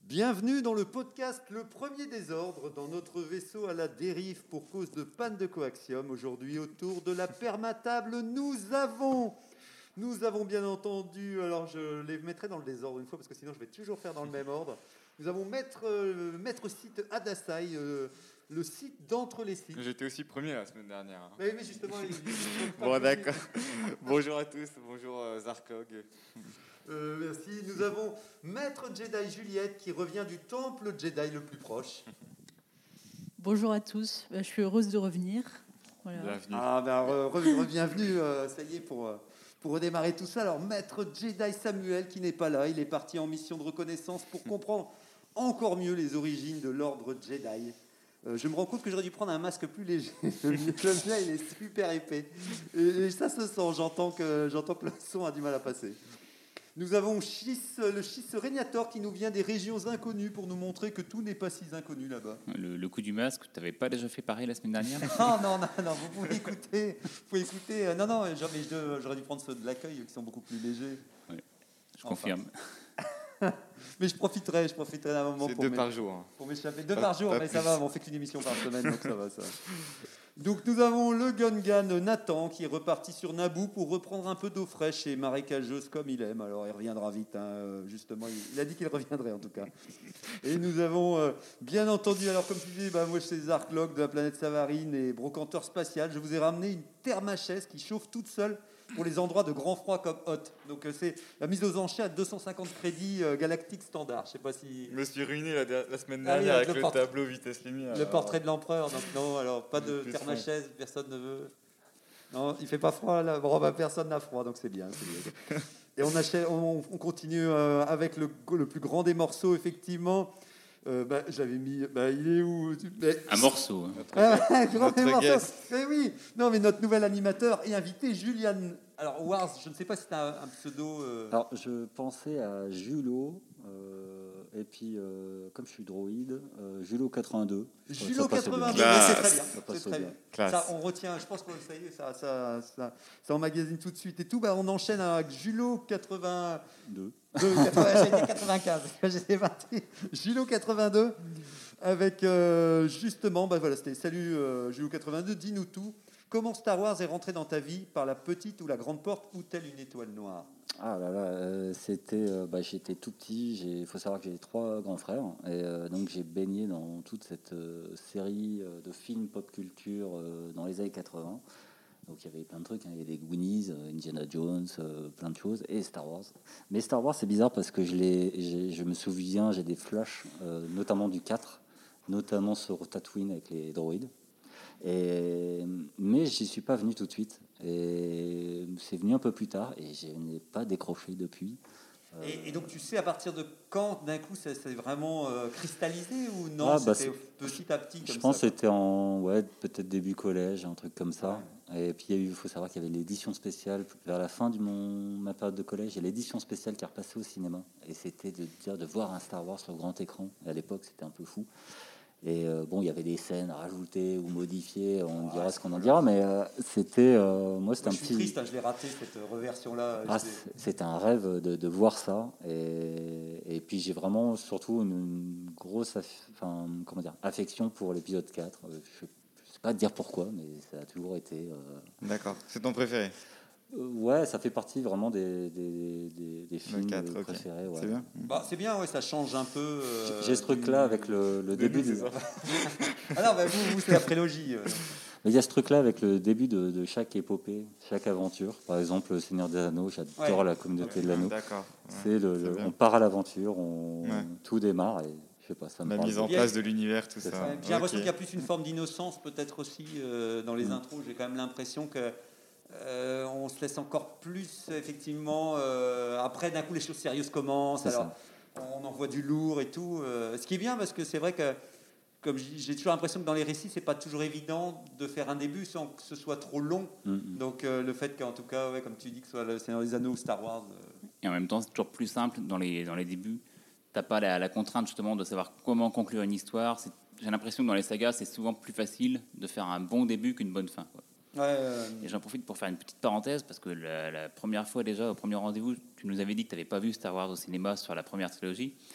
Bienvenue dans le podcast Le Premier Désordre, dans notre vaisseau à la dérive pour cause de panne de coaxium. Aujourd'hui, autour de la permatable, nous avons bien entendu, alors je les mettrai dans le désordre une fois, parce que sinon je vais toujours faire dans le même ordre. Nous avons maître site Adasai, le site d'entre les sites. J'étais aussi premier la semaine dernière. Hein. Mais justement, bon, d'accord. Bonjour à tous, bonjour Zarkog. Merci. Nous avons Maître Jedi Juliette qui revient du temple Jedi le plus proche. Bonjour à tous, je suis heureuse de revenir. Voilà. Bienvenue. Bienvenue, ça y est, pour redémarrer tout ça. Alors, Maître Jedi Samuel qui n'est pas là, il est parti en mission de reconnaissance pour comprendre encore mieux les origines de l'ordre Jedi. Je me rends compte que j'aurais dû prendre un masque plus léger. Le mien, il est super épais. Et ça se sent, j'entends que le son a du mal à passer. Nous avons le Chiss Régnator qui nous vient des régions inconnues pour nous montrer que tout n'est pas si inconnu là-bas. Le coup du masque, tu n'avais pas déjà fait pareil la semaine dernière? Non, vous pouvez écouter. Non, j'aurais dû prendre ceux de l'accueil qui sont beaucoup plus légers. Oui, je confirme. Mais je profiterai d'un moment c'est pour 2 par jour. Pour m'échapper. 2 par jour, mais ça va, on fait qu'une émission par semaine, donc ça va. Donc nous avons le Gungan Nathan qui est reparti sur Naboo pour reprendre un peu d'eau fraîche et marécageuse comme il aime. Alors il reviendra vite, justement, il a dit qu'il reviendrait en tout cas. Et nous avons bien entendu, alors comme tu dis, moi je suis Zarklog de la planète Savarine et brocanteur spatial. Je vous ai ramené une thermachèse qui chauffe toute seule pour les endroits de grand froid comme Hot. Donc c'est la mise aux enchères à 250 crédits galactiques standard. Je sais pas si... Je me suis ruiné la semaine dernière avec le tableau vitesse lumière. Le portrait de l'empereur. Donc non, alors pas de thermachèse, personne ne veut. Non, il fait pas froid là. Bon, personne n'a froid, donc c'est bien. Et on continue avec le plus grand des morceaux, effectivement. J'avais mis. Il est où? Un morceau. Notre guest. Mais oui. Non, mais notre nouvel animateur et invité, Julian. Alors Wars, je ne sais pas si c'est un pseudo. Alors je pensais à Julo. Et puis, comme je suis droïde, Julo 82. Julo 82, c'est très bien. Ça, on retient, je pense que ça y est, ça emmagasine tout de suite et tout. On enchaîne avec Julo 82. J'ai été 95, j'étais parti. Julo 82, avec justement, voilà, c'était salut Julo 82, dis-nous tout. Comment Star Wars est rentré dans ta vie par la petite ou la grande porte ou telle une étoile noire? Ah là là, j'étais tout petit. Il faut savoir que j'ai 3 grands frères et donc j'ai baigné dans toute cette série de films pop culture dans les années 80. Donc il y avait plein de trucs, il y avait des Goonies, Indiana Jones, plein de choses, et Star Wars. Mais Star Wars, c'est bizarre parce que je me souviens, j'ai des flashs, notamment du 4, notamment sur Tatooine avec les droïdes. Mais j'y suis pas venu tout de suite. Et c'est venu un peu plus tard et je n'ai pas décroché depuis. Et donc tu sais à partir de quand d'un coup ça s'est vraiment cristallisé ou non? C'était petit à petit comme je pense que c'était peut-être début collège, un truc comme ça. Ouais. Et puis il faut savoir qu'il y avait l'édition spéciale vers la fin de ma période de collège. Il y a l'édition spéciale qui est repassée au cinéma et c'était de voir un Star Wars sur grand écran. Et à l'époque c'était un peu fou. Et il y avait des scènes rajoutées ou modifiées, on dira ce qu'on en dira, mais c'était moi c'était un petit. Je suis triste, je l'ai raté cette reversion-là. C'était un rêve de voir ça, et puis j'ai vraiment surtout une grosse affection pour l'épisode 4. Je sais pas dire pourquoi, mais ça a toujours été. D'accord, c'est ton préféré? Ouais, ça fait partie vraiment des films 4, préférés. Ouais. C'est bien. C'est bien, ouais, ça change un peu. J'ai ce truc-là avec le début des. Vous c'est la prélogie. Mais il y a ce truc-là avec le début de chaque épopée, chaque aventure. Par exemple, le Seigneur des Anneaux, j'adore la communauté de l'anneau. D'accord. C'est on part à l'aventure, tout démarre et je sais pas, ça me la parle. mise en place de l'univers, tout ça. J'ai l'impression qu'il y a plus une forme d'innocence, peut-être aussi dans les intros. J'ai quand même l'impression que on se laisse encore plus effectivement. Après, d'un coup, les choses sérieuses commencent. Alors, on envoie du lourd et tout. Ce qui est bien, parce que c'est vrai que, comme j'ai toujours l'impression que dans les récits, c'est pas toujours évident de faire un début sans que ce soit trop long. Donc, le fait qu'en tout cas, comme tu dis, que ce soit le Seigneur des Anneaux ou Star Wars. Et en même temps, c'est toujours plus simple dans les débuts. T'as pas la contrainte justement de savoir comment conclure une histoire. J'ai l'impression que dans les sagas, c'est souvent plus facile de faire un bon début qu'une bonne fin, quoi. Et j'en profite pour faire une petite parenthèse parce que la première fois déjà, au premier rendez-vous, tu nous avais dit que tu n'avais pas vu Star Wars au cinéma sur la première trilogie.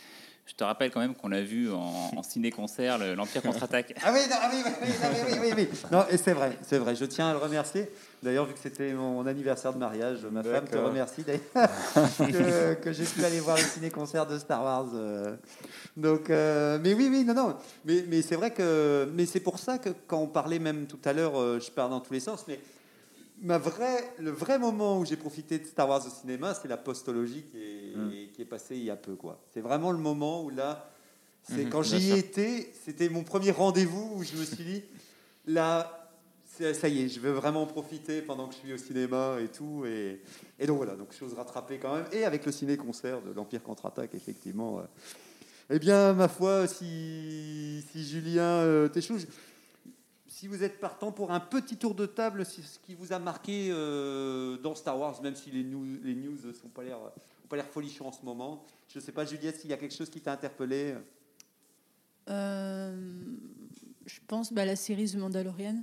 Je te rappelle quand même qu'on a vu en ciné-concert l'Empire contre-attaque. Ah oui, non, oui. Non, et c'est vrai. Je tiens à le remercier. D'ailleurs, vu que c'était mon anniversaire de mariage, ma femme te remercie d'ailleurs que j'ai pu aller voir le ciné-concert de Star Wars. Donc, mais oui, non. Mais c'est vrai que, mais c'est pour ça que quand on parlait même tout à l'heure, je pars dans tous les sens, mais le vrai moment où j'ai profité de Star Wars au cinéma, c'est la postologie qui est passée il y a peu, quoi. C'est vraiment le moment où là, c'est quand j'y étais, c'était mon premier rendez-vous où je me suis dit, là, ça y est, je veux vraiment profiter pendant que je suis au cinéma et tout, et donc voilà, donc chose rattrapée quand même, et avec le ciné-concert de l'Empire contre-attaque, effectivement. Eh bien, ma foi, si Julien t'échoue. Si vous êtes partant pour un petit tour de table, ce qui vous a marqué dans Star Wars, même si les news n'ont pas l'air folichons en ce moment. Je ne sais pas, Juliette, s'il y a quelque chose qui t'a interpellé. Je pense la série The Mandalorian.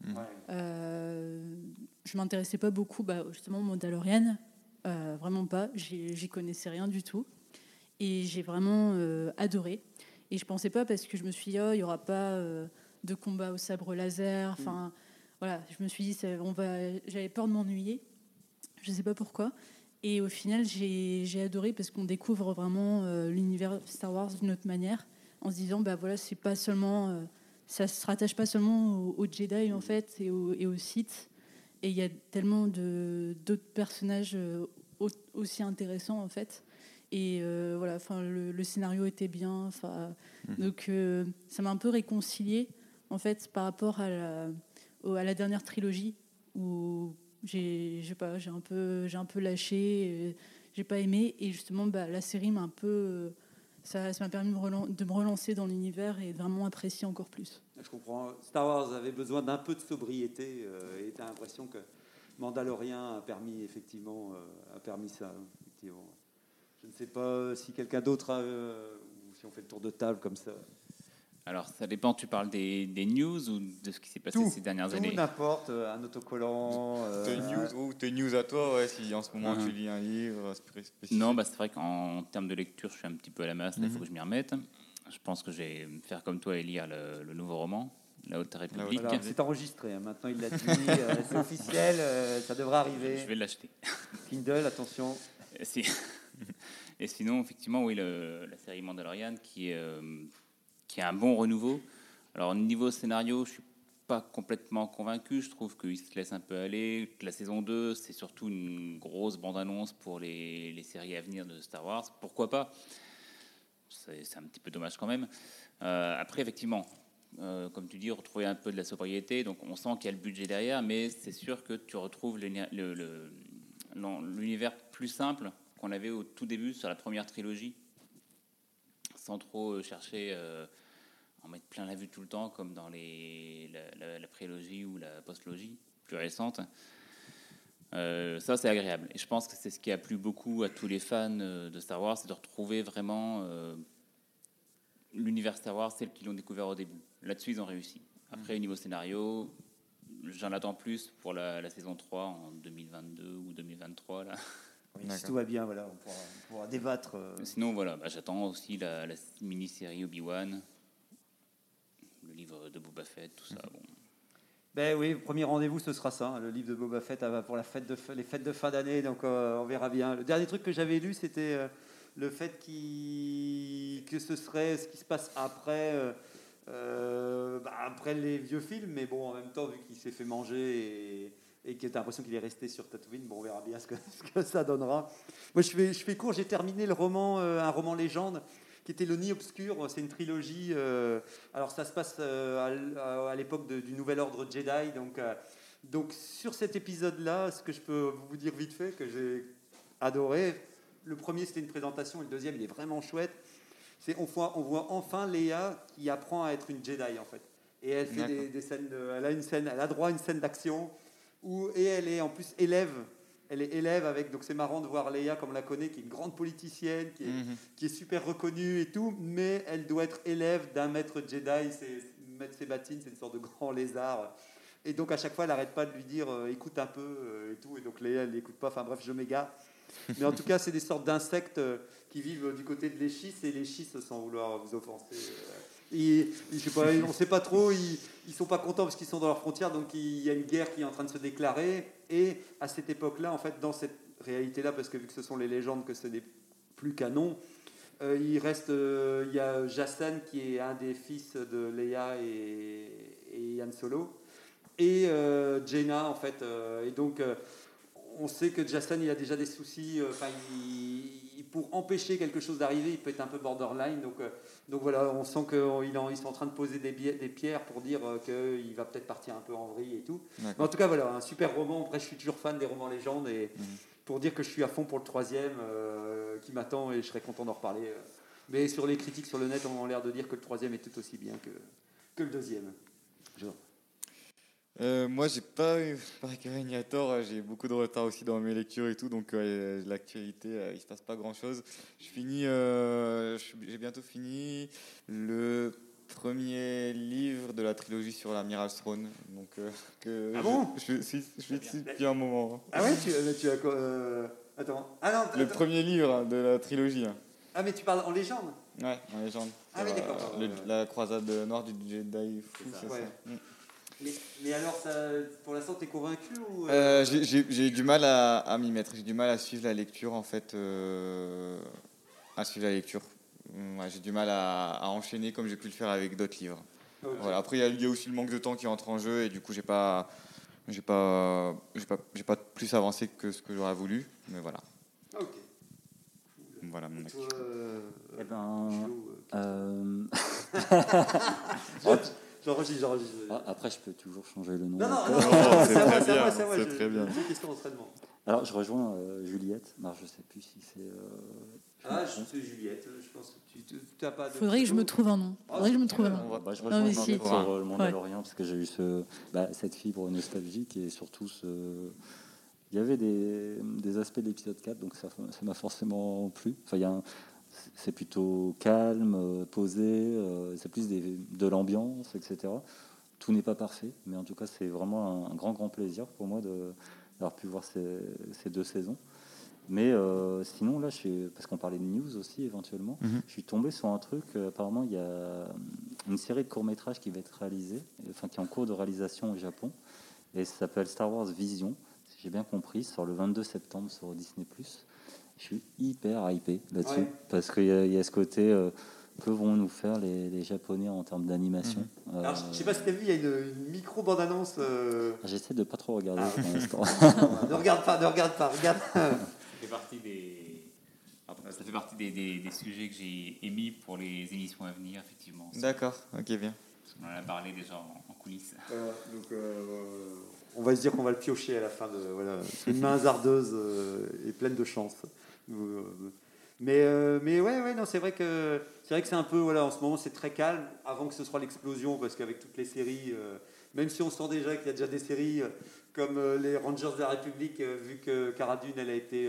Je m'intéressais pas beaucoup justement au Mandalorian, vraiment pas. J'y connaissais rien du tout. Et j'ai vraiment adoré. Et je pensais pas parce que je me suis dit, il y aura pas... de combat au sabre laser, enfin voilà, je me suis dit j'avais peur de m'ennuyer, je sais pas pourquoi, et au final j'ai adoré parce qu'on découvre vraiment l'univers Star Wars d'une autre manière, en se disant voilà, c'est pas seulement ça se rattache pas seulement aux Jedi en fait et aux Sith, et il y a tellement d'autres personnages aussi intéressants en fait. Et voilà, enfin le scénario était bien, donc ça m'a un peu réconcilié en fait par rapport à la dernière trilogie où j'ai un peu lâché, j'ai pas aimé, et justement la série m'a un peu ça m'a permis de me relancer dans l'univers et de vraiment apprécier encore plus. Je comprends. Star Wars avait besoin d'un peu de sobriété et t'as l'impression que Mandalorian a permis ça, effectivement. Je ne sais pas si quelqu'un d'autre ou si on fait le tour de table comme ça. Alors, ça dépend, tu parles des news ou de ce qui s'est passé ces dernières années? N'importe, un autocollant. Tes news à toi, si en ce moment tu lis un livre spécifique. Non, c'est vrai qu'en termes de lecture, je suis un petit peu à la masse, il faut que je m'y remette. Je pense que je vais faire comme toi et lire le nouveau roman, La Haute République. Voilà, c'est enregistré, maintenant il l'a dit, c'est officiel, ça devrait arriver. Je vais l'acheter. Kindle, attention. Et sinon, effectivement, oui, la série Mandalorian qui est un bon renouveau. Alors, niveau scénario, je ne suis pas complètement convaincu. Je trouve qu'il se laisse un peu aller. La saison 2, c'est surtout une grosse bande-annonce pour les séries à venir de Star Wars. Pourquoi pas ? C'est un petit peu dommage quand même. Après, effectivement, comme tu dis, retrouver un peu de la sobriété. Donc, on sent qu'il y a le budget derrière, mais c'est sûr que tu retrouves l'univers plus simple qu'on avait au tout début sur la première trilogie, sans trop chercher en mettre plein la vue tout le temps, comme dans la prélogie ou la postlogie plus récente. Ça, c'est agréable. Et je pense que c'est ce qui a plu beaucoup à tous les fans de Star Wars, c'est de retrouver vraiment l'univers Star Wars tel qu'ils l'ont découvert au début. Là-dessus, ils ont réussi. Après, au niveau scénario, j'en attends plus pour la saison 3 en 2022 ou 2023, là. Oui, si tout va bien, voilà, on pourra débattre. Sinon, voilà, j'attends aussi la mini-série Obi-Wan, le livre de Boba Fett, tout ça. Bon. Ben oui, premier rendez-vous, ce sera ça, le livre de Boba Fett pour les fêtes de fin d'année, donc on verra bien. Le dernier truc que j'avais lu, c'était le fait que ce serait ce qui se passe après les vieux films, mais bon, en même temps, vu qu'il s'est fait manger et que tu as l'impression qu'il est resté sur Tatooine, bon, on verra bien ce que ça donnera. Moi, je fais court, j'ai terminé un roman légende, qui était Le Nid Obscur. C'est une trilogie. Alors, ça se passe à l'époque du Nouvel Ordre Jedi. Donc, sur cet épisode-là, ce que je peux vous dire vite fait, que j'ai adoré, le premier, c'était une présentation, et le deuxième, il est vraiment chouette. On voit enfin Leia qui apprend à être une Jedi, en fait. Et elle fait des scènes. Elle a droit à une scène d'action et elle est en plus élève. Elle est élève avec, donc c'est marrant de voir Leia comme on la connaît, qui est une grande politicienne, qui est super reconnue et tout, mais elle doit être élève d'un maître Jedi. Maître Sébatine, c'est une sorte de grand lézard. Et donc à chaque fois, elle n'arrête pas de lui dire écoute un peu et tout. Et donc Leia, elle n'écoute pas. Enfin bref, je m'égare. Mais en tout cas, c'est des sortes d'insectes qui vivent du côté de l'échis, et l'échis, sans vouloir vous offenser. Je sais pas, on ne sait pas trop, ils sont pas contents parce qu'ils sont dans leurs frontières, donc il y a une guerre qui est en train de se déclarer. Et à cette époque-là, en fait, dans cette réalité-là, parce que vu que ce sont les légendes, que ce n'est plus canon, il y a Jacen qui est un des fils de Leia et Han Solo, et Jaina en fait. Et donc on sait que Jacen il a déjà des soucis. Pour empêcher quelque chose d'arriver, il peut être un peu borderline. Donc voilà, on sent qu'ils sont en train de poser des pierres pour dire qu'il va peut-être partir un peu en vrille et tout. Mais en tout cas voilà, un super roman. Après, je suis toujours fan des romans légendes et pour dire que je suis à fond pour le 3e qui m'attend et je serais content d'en reparler. Mais sur les critiques sur le net, on a l'air de dire que le 3e est tout aussi bien que le 2e. Moi, j'ai pas eu, pareil que Régnator, j'ai beaucoup de retard aussi dans mes lectures et tout, donc l'actualité, il se passe pas grand-chose. J'ai bientôt fini le premier livre de la trilogie sur l'amiral Throne, donc je suis dessus depuis un moment. Ah ouais, tu as attends. Ah non, le premier livre de la trilogie. Ah mais tu parles en légende. Ouais, en légende. Ah oui, d'accord. La croisade noire du Jedi fou, c'est ça. Mais alors, pour l'instant, t'es convaincu ou j'ai du mal à m'y mettre. J'ai du mal à suivre la lecture, en fait. Ouais, j'ai du mal à enchaîner comme j'ai pu le faire avec d'autres livres. Okay. Voilà. Après, il y a aussi le manque de temps qui entre en jeu et du coup, j'ai pas plus avancé que ce que j'aurais voulu. Mais voilà. Ok. Voilà mon avis. J'enregistre. Après, je peux toujours changer le nom. Non, c'est très bien. C'est une question d'entraînement. Alors, je rejoins Juliette. Non, je ne sais plus si c'est... je suis Juliette. Je pense que tu n'as pas... Faudrait que je me trouve un nom. Je rejoins sur le Mandalorian parce que j'ai eu cette fibre nostalgique et surtout il y avait des aspects de l'épisode 4, donc ça m'a forcément plu. Enfin, c'est plutôt calme, posé, c'est plus de l'ambiance, etc. Tout n'est pas parfait, mais en tout cas, c'est vraiment un grand plaisir pour moi d'avoir pu voir ces 2 saisons. Mais sinon, là, parce qu'on parlait de news aussi, éventuellement, je suis tombé sur un truc. Apparemment, il y a une série de courts-métrages qui va être réalisée, qui est en cours de réalisation au Japon, et ça s'appelle Star Wars Vision, si j'ai bien compris, sort le 22 septembre sur Disney+. Je suis hyper hypé là-dessus, parce qu'il y a ce côté que vont nous faire les Japonais en termes d'animation. Alors, je ne sais pas si tu as vu, il y a une micro-bande-annonce. J'essaie de ne pas trop regarder pour l'instant. Ne regarde pas, regarde. Ça fait partie des sujets que j'ai émis pour les émissions à venir, effectivement. D'accord, ok, bien. On en a parlé déjà en coulisses. Donc, on va se dire qu'on va le piocher à la fin une main hasardeuse et pleine de chance. Mais non, c'est vrai que c'est un peu, en ce moment c'est très calme avant que ce soit l'explosion, parce qu'avec toutes les séries, même si on sent déjà qu'il y a déjà des séries comme les Rangers de la République, vu que Cara Dune elle a été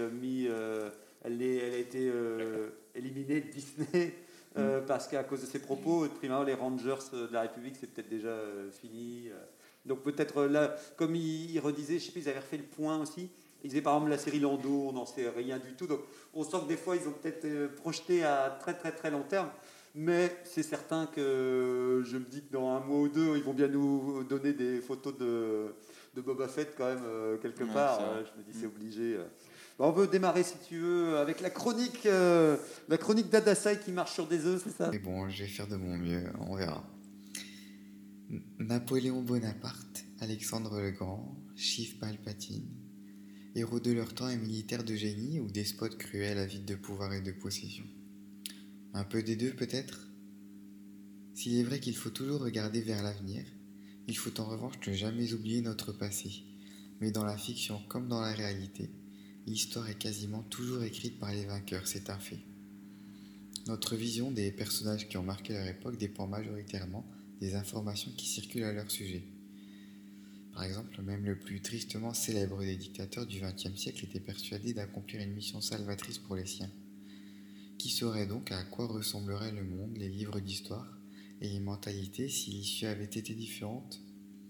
éliminée de Disney. Parce qu'à cause de ses propos, les Rangers de la République, c'est peut-être déjà fini. Donc peut-être là, comme il redisait, je sais plus, ils avaient refait le point aussi. Ils disaient par exemple la série Lando, on n'en sait rien du tout. Donc on sent que des fois, ils ont peut-être projeté à très très très long terme. Mais c'est certain que je me dis que dans un mois ou 2, ils vont bien nous donner des photos de Boba Fett quand même quelque part. Je me dis c'est obligé. On veut démarrer, si tu veux, avec la chronique d'Adasai qui marche sur des œufs, c'est ça ? Mais bon, je vais faire de mon mieux, on verra. Napoléon Bonaparte, Alexandre le Grand, Chief Palpatine, héros de leur temps et militaires de génie ou despotes cruels avides de pouvoir et de possession. Un peu des deux peut-être ? S'il est vrai qu'il faut toujours regarder vers l'avenir, il faut en revanche ne jamais oublier notre passé. Mais dans la fiction comme dans la réalité, l'histoire est quasiment toujours écrite par les vainqueurs, c'est un fait. Notre vision des personnages qui ont marqué leur époque dépend majoritairement des informations qui circulent à leur sujet. Par exemple, même le plus tristement célèbre des dictateurs du XXe siècle était persuadé d'accomplir une mission salvatrice pour les siens. Qui saurait donc à quoi ressembleraient le monde, les livres d'histoire et les mentalités si l'issue avait été différente ?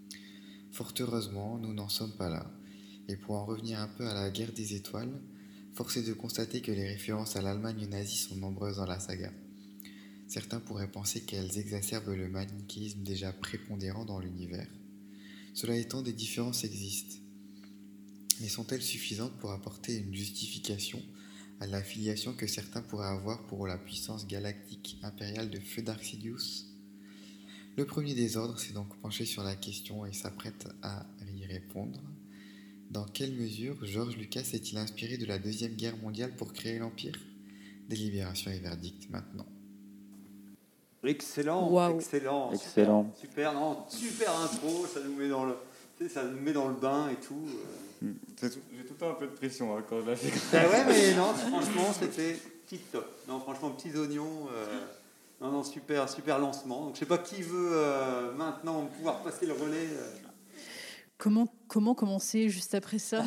Fort heureusement, nous n'en sommes pas là. Et pour en revenir un peu à la guerre des étoiles, Force est de constater que les références à l'Allemagne nazie sont nombreuses dans la saga. Certains pourraient penser qu'elles exacerbent le manichéisme déjà prépondérant dans l'univers. Cela étant, des différences existent. Mais sont-elles suffisantes pour apporter une justification à la filiation que certains pourraient avoir pour la puissance galactique impériale de Feu Dark-Sidious ? Le premier des ordres s'est donc penché sur la question et s'apprête à y répondre. Dans quelle mesure George Lucas s'est-il inspiré de la Deuxième Guerre mondiale pour créer l'Empire ? Délibération et verdict maintenant. Excellent, Wow. excellent. Super intro, ça nous met dans le bain et tout. J'ai tout le temps un peu de pression quand je la fais. Ouais, mais non, franchement, c'était tip top. Non, franchement, petits oignons. Non, super lancement. Donc, je sais pas qui veut maintenant pouvoir passer le relais. Comment commencer juste après ça?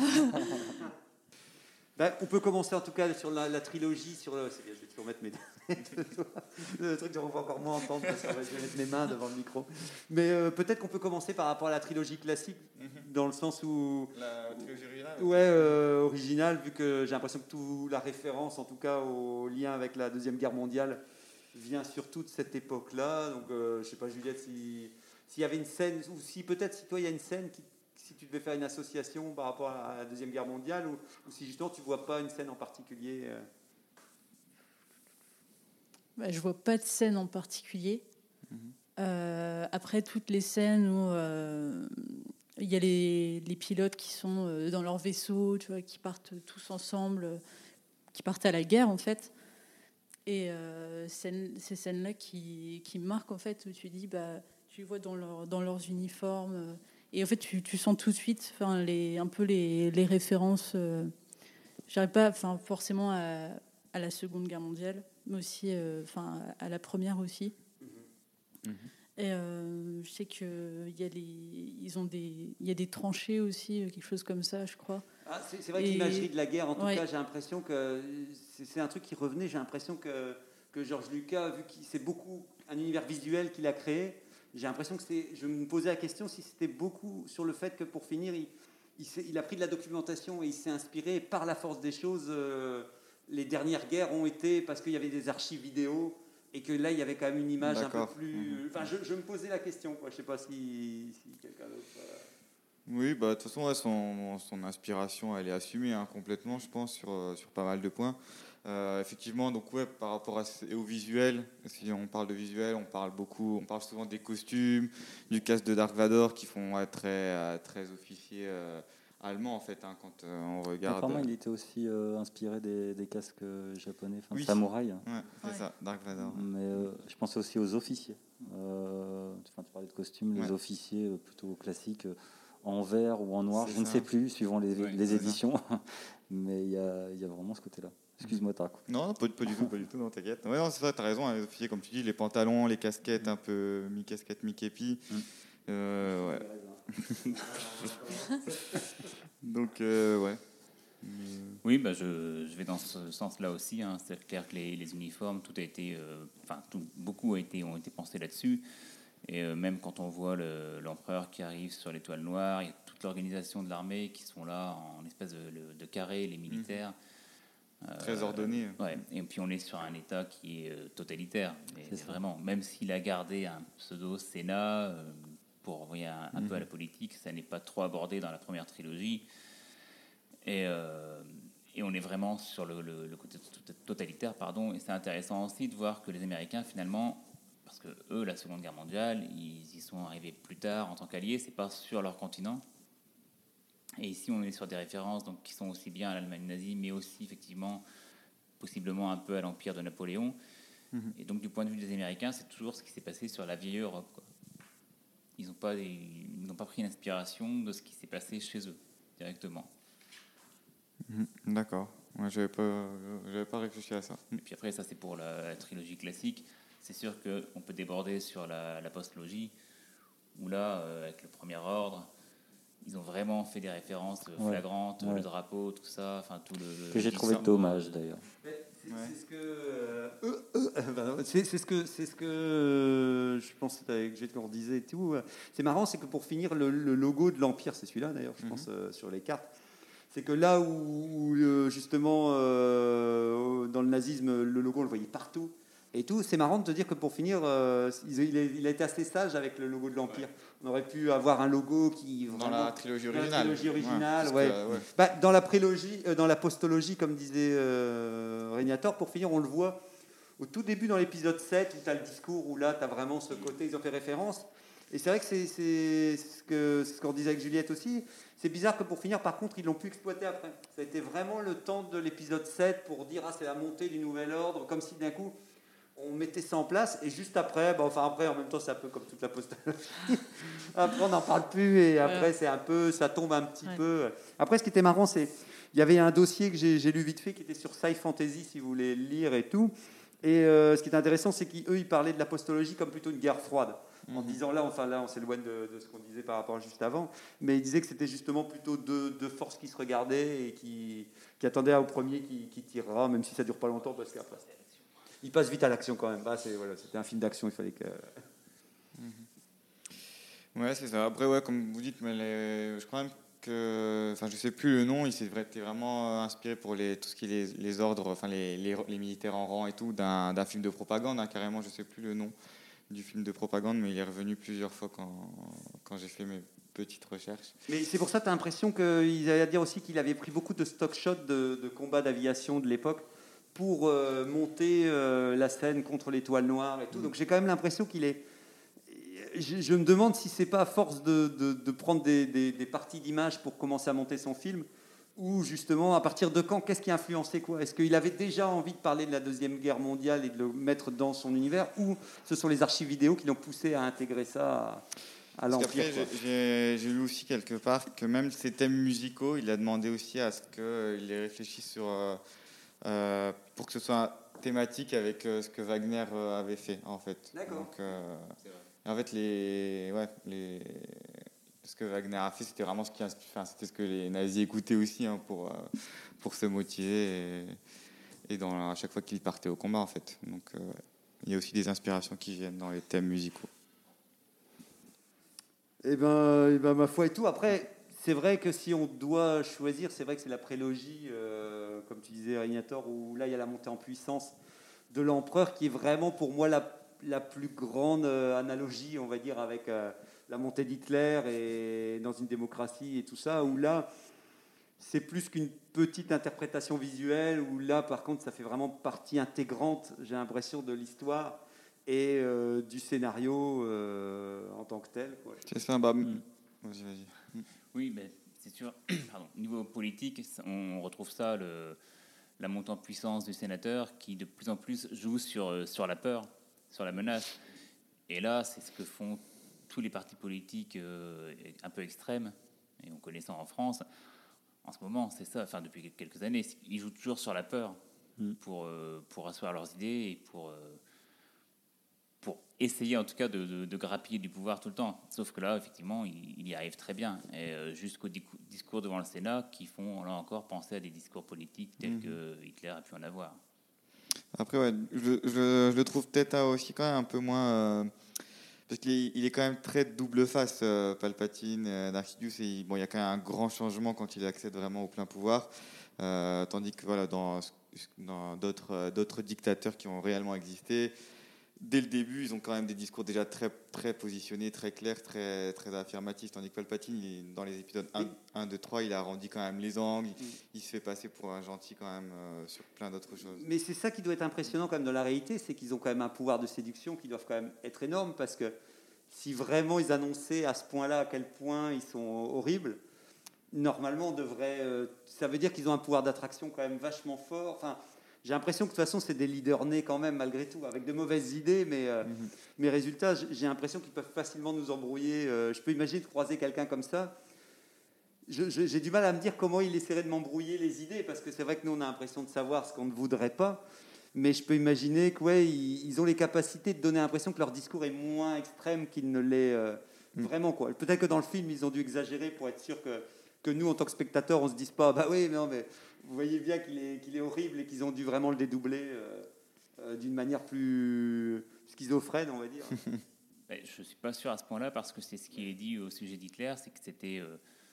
On peut commencer en tout cas sur la trilogie. C'est bien, je vais te remettre mes le truc, on va encore moins entendre parce que je vais mettre mes mains devant le micro. Mais peut-être qu'on peut commencer par rapport à la trilogie classique, dans le sens où... La trilogie originale. Ouais, originale, vu que j'ai l'impression que toute la référence, en tout cas au lien avec la Deuxième Guerre mondiale, vient surtout de cette époque-là. Donc je sais pas, Juliette, s'il y avait une scène, ou si peut-être si toi il y a une scène si tu devais faire une association par rapport à la Deuxième Guerre mondiale, ou si justement tu vois pas une scène en particulier. Je vois pas de scène en particulier. Après, toutes les scènes où il y a les pilotes qui sont dans leur vaisseau, tu vois, qui partent tous ensemble, qui partent à la guerre en fait. Et ces scènes-là qui marquent en fait, où tu dis, tu vois dans leurs uniformes. Et en fait, tu sens tout de suite, un peu les références. J'arrive pas, forcément à la Seconde Guerre mondiale, mais aussi, à la première aussi. Et je sais qu'il y a des tranchées aussi, quelque chose comme ça, je crois. C'est vrai que l'imagerie de la guerre, en tout cas, j'ai l'impression que c'est un truc qui revenait. J'ai l'impression que George Lucas, vu que c'est beaucoup un univers visuel qu'il a créé, j'ai l'impression que je me posais la question si c'était beaucoup sur le fait que pour finir, il a pris de la documentation et il s'est inspiré. Et par la force des choses, les dernières guerres ont été parce qu'il y avait des archives vidéo et que là, il y avait quand même une image un peu plus... je me posais la question, quoi. Je ne sais pas si quelqu'un d'autre... Oui, de toute façon, son inspiration, elle est assumée complètement, je pense, sur pas mal de points. Effectivement, donc par rapport au visuel, si on parle de visuel, on parle souvent des costumes, du casque de Dark Vador qui font très officier allemand en fait, quand on regarde. Apparemment, il était aussi inspiré des casques japonais, samouraï. Ouais, c'est ça, Dark Vador. Mais je pensais aussi aux officiers. Tu parlais de costumes, les officiers plutôt classiques. En vert ou en noir, je ne sais plus, suivant les éditions. Mais il y a vraiment ce côté-là. Excuse-moi, t'as raconté. Non, pas du tout, non, t'inquiète. Ouais, non, c'est vrai, t'as raison, les officiers, comme tu dis, les pantalons, les casquettes, un peu mi-casquette, mi-képi. Ouais. Donc, ouais. Oui, je vais dans ce sens-là aussi. C'est clair que les uniformes, tout a été, beaucoup ont été pensés là-dessus. Et même quand on voit l'empereur qui arrive sur l'étoile noire, il y a toute l'organisation de l'armée qui sont là en espèce de carré, les militaires. Très ordonné. Ouais. Et puis on est sur un État qui est totalitaire. Mais vraiment, même s'il a gardé un pseudo-Sénat pour renvoyer un peu à la politique, ça n'est pas trop abordé dans la première trilogie. Et on est vraiment sur le côté totalitaire, pardon. Et c'est intéressant aussi de voir que les Américains, finalement... Parce que eux, la Seconde Guerre mondiale, ils y sont arrivés plus tard en tant qu'alliés, c'est pas sur leur continent. Et ici, on est sur des références donc, qui sont aussi bien à l'Allemagne nazie, mais aussi effectivement, possiblement un peu à l'Empire de Napoléon. Et donc, du point de vue des Américains, c'est toujours ce qui s'est passé sur la vieille Europe, quoi. Ils n'ont pas pris l'inspiration de ce qui s'est passé chez eux, directement. D'accord. Ouais, j'avais pas réfléchi à ça. Et puis après, ça, c'est pour la trilogie classique. C'est sûr qu'on peut déborder sur la postlogie, où là, avec le Premier Ordre, ils ont vraiment fait des références flagrantes, le drapeau, tout ça, tout le... Que j'ai trouvé dommage, d'ailleurs. C'est ce que je pense que j'ai qu'on disait et tout. C'est marrant, c'est que pour finir, le logo de l'Empire, c'est celui-là d'ailleurs, je pense, sur les cartes. C'est que là où justement, dans le nazisme, le logo, on le voyait partout et tout, c'est marrant de te dire que pour finir, il a été assez sage avec le logo de l'Empire. Ouais. On aurait pu avoir un logo qui... Dans la trilogie originale. Dans la trilogie originale, ouais. Dans la prélogie, dans la postologie, comme disait Régnator, pour finir, on le voit au tout début dans l'épisode 7, où tu as le discours, où là, tu as vraiment ce côté, ils ont fait référence. Et c'est vrai que c'est ce qu'on disait avec Juliette aussi. C'est bizarre que pour finir, par contre, ils l'ont pu exploiter après. Ça a été vraiment le temps de l'épisode 7 pour dire c'est la montée du nouvel ordre, comme si d'un coup on mettait ça en place. Et juste après, après en même temps c'est un peu comme toute la postologie. Après on n'en parle plus et après c'est un peu, ça tombe un petit peu. Après ce qui était marrant, c'est il y avait un dossier que j'ai lu vite fait qui était sur Sci Fantasy si vous voulez le lire et tout. Et ce qui est intéressant, c'est qu'eux ils parlaient de la postologie comme plutôt une guerre froide. En disant là on s'éloigne de ce qu'on disait par rapport à juste avant, mais il disait que c'était justement plutôt deux forces qui se regardaient et qui attendaient au premier qui tirera, même si ça dure pas longtemps, parce qu'après il passe vite à l'action quand même. C'était un film d'action, il fallait que... Ouais, c'est ça. Après, comme vous dites, mais je crois même que... Enfin, je sais plus le nom, il s'est vraiment inspiré pour tout ce qui est les ordres, enfin les militaires en rang et tout, d'un film de propagande, hein, carrément, je sais plus le nom du film de propagande, mais il est revenu plusieurs fois quand j'ai fait mes petites recherches. Mais c'est pour ça que tu as l'impression qu'il allait dire aussi qu'il avait pris beaucoup de stock shots de combats d'aviation de l'époque pour monter la scène contre l'étoile noire et tout. Donc j'ai quand même l'impression qu'il est... Je me demande si c'est pas à force de prendre des parties d'images pour commencer à monter son film, ou justement, à partir de quand, qu'est-ce qui a influencé quoi? Est-ce qu'il avait déjà envie de parler de la Deuxième Guerre mondiale et de le mettre dans son univers, ou ce sont les archives vidéo qui l'ont poussé à intégrer ça à l'Empire? J'ai lu aussi quelque part que même ses thèmes musicaux, il a demandé aussi à ce qu'il les réfléchisse sur, pour que ce soit thématique avec ce que Wagner avait fait, en fait. D'accord. Donc, en fait, ce que Wagner a fait, c'était vraiment c'était ce que les nazis écoutaient aussi, hein, pour se motiver et à chaque fois qu'ils partaient au combat, en fait. Donc, il y a aussi des inspirations qui viennent dans les thèmes musicaux. Eh ben, ma foi et tout. Après, c'est vrai que si on doit choisir, c'est vrai que c'est la prélogie, comme tu disais, Régnator, où là, il y a la montée en puissance de l'empereur qui est vraiment, pour moi, la plus grande analogie, on va dire, avec la montée d'Hitler et dans une démocratie et tout ça, où là, c'est plus qu'une petite interprétation visuelle, où là, par contre, ça fait vraiment partie intégrante, j'ai l'impression, de l'histoire et du scénario en tant que tel, quoi. C'est ça, vas-y. Oui, mais c'est sûr, au niveau politique, on retrouve ça, la montée en puissance du sénateur qui de plus en plus joue sur la peur, sur la menace. Et là, c'est ce que font tous les partis politiques un peu extrêmes, et on connaît ça en France. En ce moment, c'est ça, enfin depuis quelques années, ils jouent toujours sur la peur pour asseoir leurs idées et pour essayer en tout cas de grappiller du pouvoir tout le temps. Sauf que là, effectivement, il y arrive très bien. Et jusqu'au discours devant le Sénat qui font, là encore, penser à des discours politiques tels que Hitler a pu en avoir. Après, je le trouve peut-être aussi quand même un peu moins... parce qu'il est quand même très double face, Palpatine, Darth Sidious. Il y a quand même un grand changement quand il accède vraiment au plein pouvoir. Tandis que voilà, dans d'autres dictateurs qui ont réellement existé, dès le début, ils ont quand même des discours déjà très, très positionnés, très clairs, très, très affirmatifs. Tandis que Palpatine, dans les épisodes 1, 2, 3, il arrondit quand même les angles. Il se fait passer pour un gentil quand même sur plein d'autres choses. Mais c'est ça qui doit être impressionnant quand même dans la réalité, c'est qu'ils ont quand même un pouvoir de séduction qui doivent quand même être énorme, parce que si vraiment ils annonçaient à ce point-là à quel point ils sont horribles, normalement on devrait... ça veut dire qu'ils ont un pouvoir d'attraction quand même vachement fort. Enfin, j'ai l'impression que de toute façon, c'est des leaders nés quand même, malgré tout, avec de mauvaises idées, mais résultat, j'ai l'impression qu'ils peuvent facilement nous embrouiller. Je peux imaginer de croiser quelqu'un comme ça. J'ai du mal à me dire comment il essaierait de m'embrouiller les idées, parce que c'est vrai que nous, on a l'impression de savoir ce qu'on ne voudrait pas, mais je peux imaginer qu'ils ont les capacités de donner l'impression que leur discours est moins extrême qu'il ne l'est vraiment, quoi. Peut-être que dans le film, ils ont dû exagérer pour être sûr que nous, en tant que spectateurs, on ne se dise pas « bah oui, non, mais... » Vous voyez bien qu'il est horrible et qu'ils ont dû vraiment le dédoubler d'une manière plus schizophrène, on va dire. Je ne suis pas sûr à ce point-là, parce que c'est ce qui est dit au sujet d'Hitler, c'est que c'était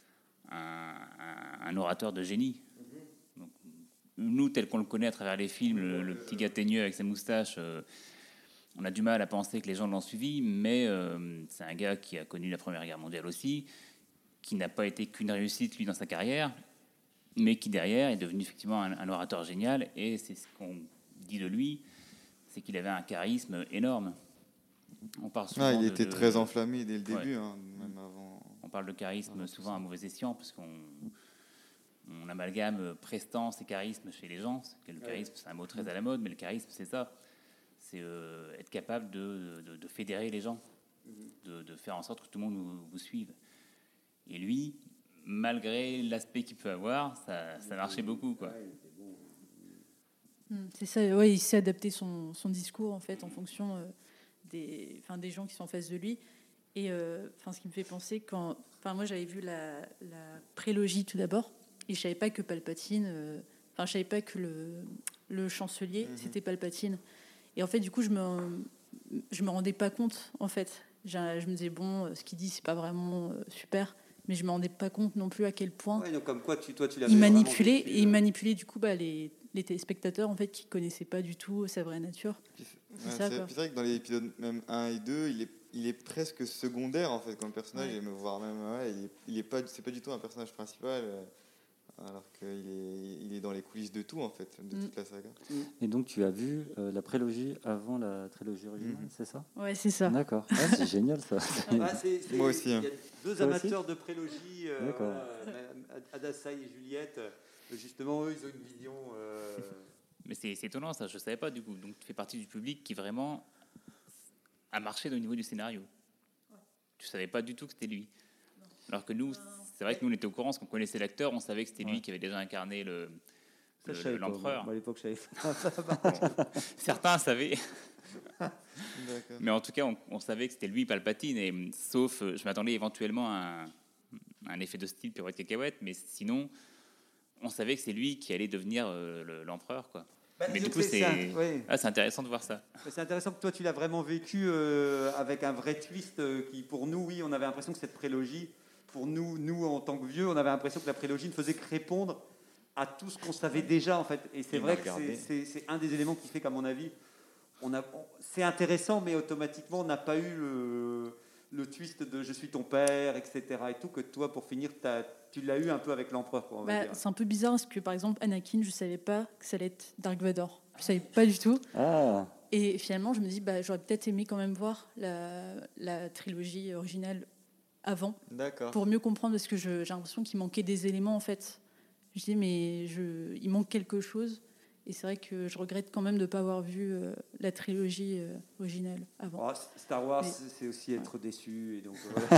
un orateur de génie. Donc, nous, tel qu'on le connaît à travers les films, le petit gars teigneux avec sa moustache, on a du mal à penser que les gens l'ont suivi, mais c'est un gars qui a connu la Première Guerre mondiale aussi, qui n'a pas été qu'une réussite, lui, dans sa carrière, mais qui, derrière, est devenu effectivement un orateur génial. Et c'est ce qu'on dit de lui, c'est qu'il avait un charisme énorme. On parle souvent il était très enflammé dès le début, même avant. On parle de charisme souvent à mauvais escient, parce qu'on amalgame prestance et charisme chez les gens. Le charisme, c'est un mot très à la mode, mais le charisme, c'est ça. C'est être capable de fédérer les gens, de faire en sorte que tout le monde vous suive. Et lui, malgré l'aspect qu'il peut avoir, ça marchait beaucoup, quoi. C'est ça, ouais, il sait adapter son discours en fait en fonction des gens qui sont en face de lui. Et ce qui me fait penser moi j'avais vu la prélogie tout d'abord, et je savais pas que Palpatine, je savais pas que le chancelier c'était Palpatine. Et en fait du coup je me rendais pas compte en fait. Je me disais bon, ce qu'il dit c'est pas vraiment super. Mais je ne me rendais pas compte non plus à quel point donc comme quoi tu l'avais il manipulait, et il manipulait du coup les téléspectateurs en fait qui connaissaient pas du tout sa vraie nature. C'est vrai que dans les épisodes même 1 et 2, il est presque secondaire en fait comme personnage, et voire même c'est pas du tout un personnage principal, alors qu'il est dans les coulisses de tout en fait, de toute la saga. Et donc tu as vu la prélogie avant la trilogie originale, c'est ça? Ouais, c'est ça. D'accord. C'est génial ça. Moi aussi. Il y a deux amateurs de prélogie, Hadassah et Juliette. Justement, eux, ils ont une vision. Mais c'est étonnant ça, je ne savais pas du coup. Donc tu fais partie du public qui vraiment a marché au niveau du scénario. Tu ne savais pas du tout que c'était lui. Alors que nous, c'est vrai que nous on était au courant, parce qu'on connaissait l'acteur, on savait que c'était lui qui avait déjà incarné l'empereur. À l'époque, je savais. Certains savaient. Mais en tout cas, on savait que c'était lui Palpatine, et sauf, je m'attendais éventuellement à un effet de style pirouette cacahuète, mais sinon, on savait que c'est lui qui allait devenir l'empereur, quoi. Mais du coup, c'est intéressant de voir ça. C'est intéressant que toi, tu l'as vraiment vécu avec un vrai twist qui, pour nous, oui, on avait l'impression que cette prélogie, pour nous en tant que vieux, on avait l'impression que la prélogie ne faisait que répondre à tout ce qu'on savait déjà, en fait. Et c'est vrai que c'est un des éléments qui fait qu'à mon avis, c'est intéressant, mais automatiquement, on n'a pas eu le twist de je suis ton père, etc. et tout, que toi, pour finir, tu l'as eu un peu avec l'empereur. C'est un peu bizarre parce que, par exemple, Anakin, je ne savais pas que ça allait être Dark Vador. Je ne savais pas du tout. Et finalement, je me dis, j'aurais peut-être aimé quand même voir la trilogie originale avant, pour mieux comprendre, parce que j'ai l'impression qu'il manquait des éléments, en fait. Je dis, mais il manque quelque chose. Et c'est vrai que je regrette quand même de ne pas avoir vu la trilogie originale avant. Star Wars, c'est aussi être déçu. Et donc,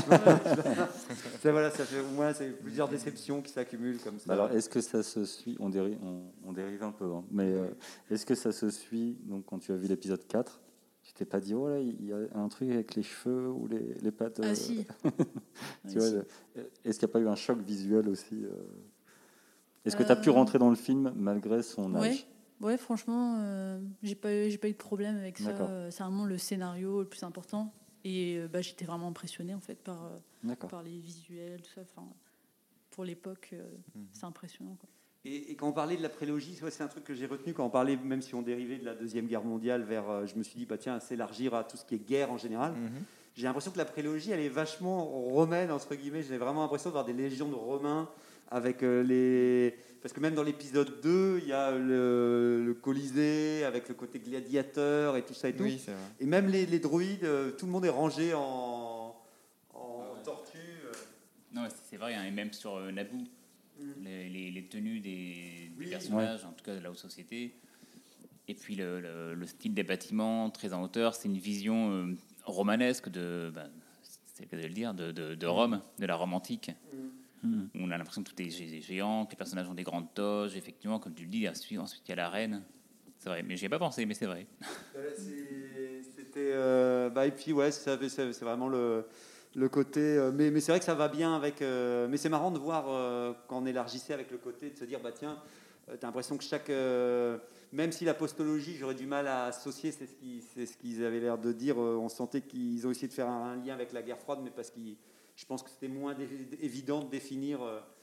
ça fait au moins plusieurs déceptions qui s'accumulent comme ça. Alors, est-ce que ça se suit, on dérive un peu, hein, mais est-ce que ça se suit, donc, quand tu as vu l'épisode 4, tu t'es pas dit, oh là, il y a un truc avec les cheveux ou les pattes si. Est-ce qu'il n'y a pas eu un choc visuel aussi Est-ce que tu as pu rentrer dans le film malgré son âge? Ouais, franchement, j'ai pas eu de problème avec ça. C'est vraiment le scénario le plus important. Et j'étais vraiment impressionnée en fait par les visuels, tout ça. Enfin, pour l'époque, c'est impressionnant, quoi. Et quand on parlait de la prélogie, c'est un truc que j'ai retenu quand on parlait, même si on dérivait de la Deuxième Guerre mondiale vers, je me suis dit, s'élargir à tout ce qui est guerre en général. J'ai l'impression que la prélogie, elle est vachement romaine, entre guillemets. J'ai vraiment l'impression de voir des légions de Romains avec parce que même dans l'épisode 2, il y a le Colisée avec le côté gladiateur et tout ça et tout. Oui, c'est vrai. Et même les droïdes, tout le monde est rangé en tortue. Non, c'est vrai, hein, et même sur Naboo, les tenues des personnages, en tout cas de la haute société, et puis le style des bâtiments très en hauteur, c'est une vision romanesque c'est le cas de le dire, de Rome, de la Rome antique. On a l'impression que tout est géant, que les personnages ont des grandes toges, effectivement, comme tu le dis. Ensuite, il y a la reine. C'est vrai, mais j'y ai pas pensé, mais c'est vrai. C'était et puis c'est vraiment le côté. Mais c'est vrai que ça va bien avec. Mais c'est marrant de voir quand on élargissait avec le côté de se dire t'as l'impression que chaque. Même si la postologie, j'aurais du mal à associer, c'est ce qu'ils avaient l'air de dire. On sentait qu'ils ont essayé de faire un lien avec la guerre froide, mais parce qu'ils. Je pense que c'était moins évident de définir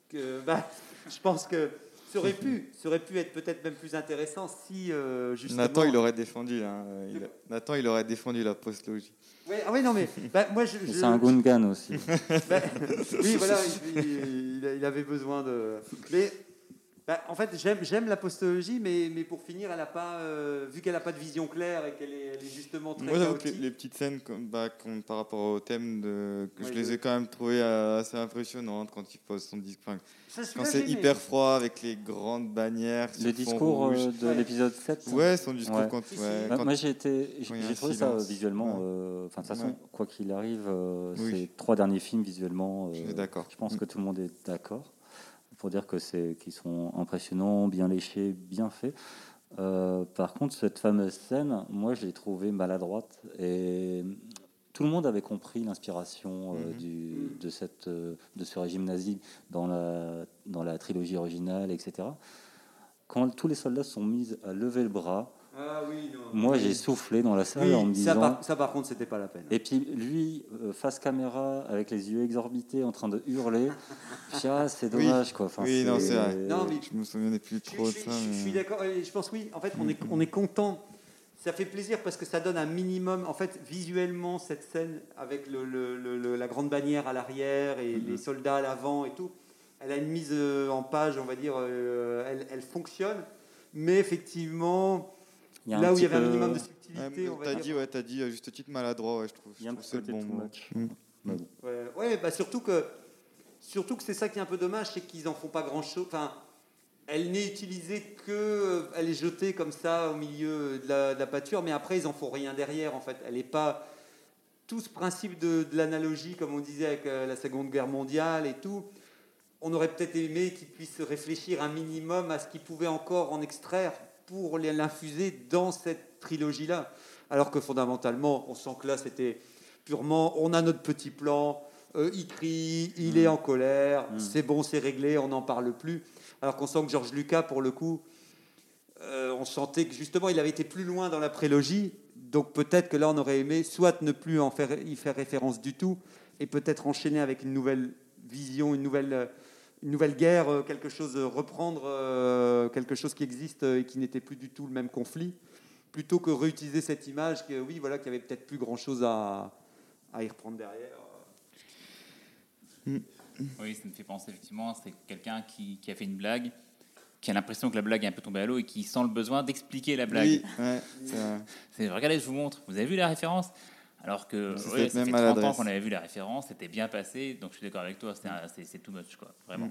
je pense que ça aurait pu être peut-être même plus intéressant si justement. Nathan, il aurait défendu. Nathan, il aurait défendu la postlogie. Oui, non, mais moi, c'est un Gungan aussi. Oui, voilà, il avait besoin de. Mais en fait, j'aime la postologie, mais pour finir, elle a pas, vu qu'elle n'a pas de vision claire et qu'elle est justement très. Moi, j'avoue que les petites scènes par rapport au thème, je les ai quand même trouvées assez impressionnantes quand il pose son discours. Quand c'est hyper froid avec les grandes bannières. Le discours de l'épisode 7. Ouais, son discours moi, j'ai trouvé ça visuellement. De toute façon, quoi qu'il arrive, ces 3 derniers films visuellement, je pense que tout le monde est d'accord pour dire qu'ils sont impressionnants, bien léchés, bien faits. Par contre, cette fameuse scène, moi, je l'ai trouvée maladroite et tout le monde avait compris l'inspiration de ce régime nazi dans la trilogie originale, etc. Quand tous les soldats sont mis à lever le bras, moi j'ai soufflé dans la salle en me disant... Ça par contre, c'était pas la peine. Et puis lui, face caméra, avec les yeux exorbités, en train de hurler, c'est dommage quoi. Enfin, c'est vrai. Non, mais je me souviens plus trop de ça. Je suis d'accord, je pense en fait on est content. Ça fait plaisir parce que ça donne un minimum, en fait, visuellement, cette scène avec la grande bannière à l'arrière et les soldats à l'avant et tout. Elle a une mise en page, on va dire, elle fonctionne, mais effectivement, là où il y avait un minimum de subtilité, on va dire. T'as dit juste titre maladroit, je trouve. Il y a un petit côté too much. Surtout que c'est ça qui est un peu dommage, c'est qu'ils en font pas grand-chose. Enfin, elle n'est utilisée que, elle est jetée comme ça au milieu de la pâture, mais après ils en font rien derrière en fait. Elle n'est pas tout ce principe de l'analogie, comme on disait avec la Seconde Guerre mondiale et tout. On aurait peut-être aimé qu'ils puissent réfléchir un minimum à ce qu'ils pouvaient encore en extraire pour l'infuser dans cette trilogie-là. Alors que fondamentalement, on sent que là c'était purement, on a notre petit plan, il crie, il est en colère, c'est bon, c'est réglé, on n'en parle plus. Alors qu'on sent que George Lucas, pour le coup, on sentait que justement, il avait été plus loin dans la prélogie. Donc peut-être que là, on aurait aimé soit ne plus y faire référence du tout, et peut-être enchaîner avec une nouvelle vision, une nouvelle guerre, quelque chose, reprendre quelque chose qui existe et qui n'était plus du tout le même conflit, plutôt que réutiliser cette image qu'il y avait peut-être plus grand-chose à y reprendre derrière. Oui, ça me fait penser effectivement, c'est quelqu'un qui a fait une blague, qui a l'impression que la blague est un peu tombée à l'eau et qui sent le besoin d'expliquer la blague. Oui, regardez, je vous montre, vous avez vu la référence? Alors que ça fait 30 ans qu'on avait vu la référence, c'était bien passé, donc je suis d'accord avec toi, c'est too much, quoi, vraiment.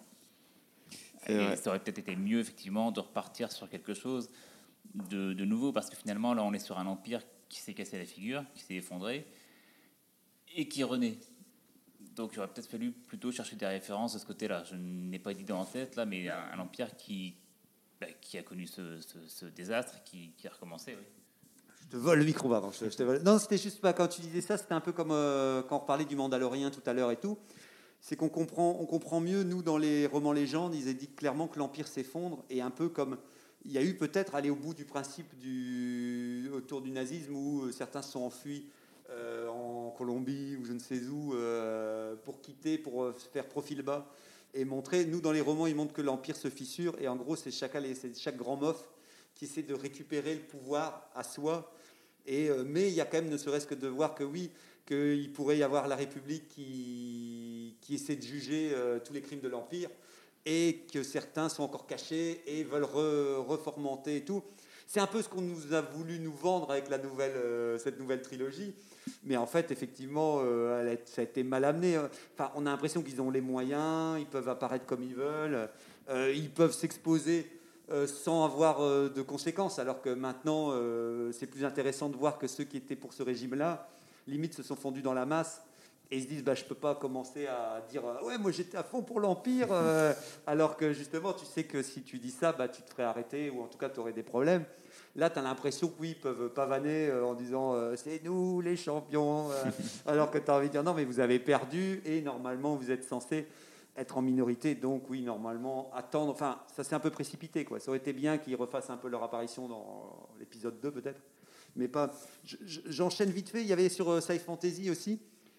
Et ça aurait peut-être été mieux, effectivement, de repartir sur quelque chose de nouveau, parce que finalement, là, on est sur un empire qui s'est cassé la figure, qui s'est effondré, et qui renaît. Donc, il aurait peut-être fallu plutôt chercher des références de ce côté-là. Je n'ai pas d'idée en tête, là, mais un empire qui a connu ce désastre, qui a recommencé, oui. Je te vole le micro, pardon. Non, c'était juste pas quand tu disais ça, c'était un peu comme quand on parlait du Mandalorien tout à l'heure et tout. C'est qu'on comprend mieux, nous, dans les romans légendes, ils avaient dit clairement que l'Empire s'effondre, et un peu comme il y a eu peut-être aller au bout du principe autour du nazisme où certains se sont enfuis en Colombie ou je ne sais où pour quitter, pour faire profil bas et montrer. Nous, dans les romans, ils montrent que l'Empire se fissure, et en gros, c'est chaque grand moff qui essaie de récupérer le pouvoir à soi. Mais il y a quand même, ne serait-ce que de voir que oui, qu'il pourrait y avoir la République qui essaie de juger tous les crimes de l'Empire, et que certains sont encore cachés et veulent reformenter et tout. C'est un peu ce qu'on nous a voulu nous vendre avec cette nouvelle trilogie. Mais en fait, effectivement, ça a été mal amené. Enfin, on a l'impression qu'ils ont les moyens, ils peuvent apparaître comme ils veulent, ils peuvent s'exposer sans avoir de conséquences, alors que maintenant, c'est plus intéressant de voir que ceux qui étaient pour ce régime-là, limite, se sont fondus dans la masse et ils se disent je peux pas commencer à dire ouais, moi j'étais à fond pour l'Empire, alors que justement, tu sais que si tu dis ça, tu te ferais arrêter, ou en tout cas, tu aurais des problèmes. Là, tu as l'impression que oui, ils peuvent pavaner en disant c'est nous les champions, alors que tu as envie de dire non, mais vous avez perdu et normalement, vous êtes censé être en minorité, donc oui, normalement, attendre. Enfin, ça s'est un peu précipité, quoi. Ça aurait été bien qu'ils refassent un peu leur apparition dans l'épisode 2, peut-être. Mais pas. J'enchaîne vite fait. Il y avait sur Sci Fantasy aussi,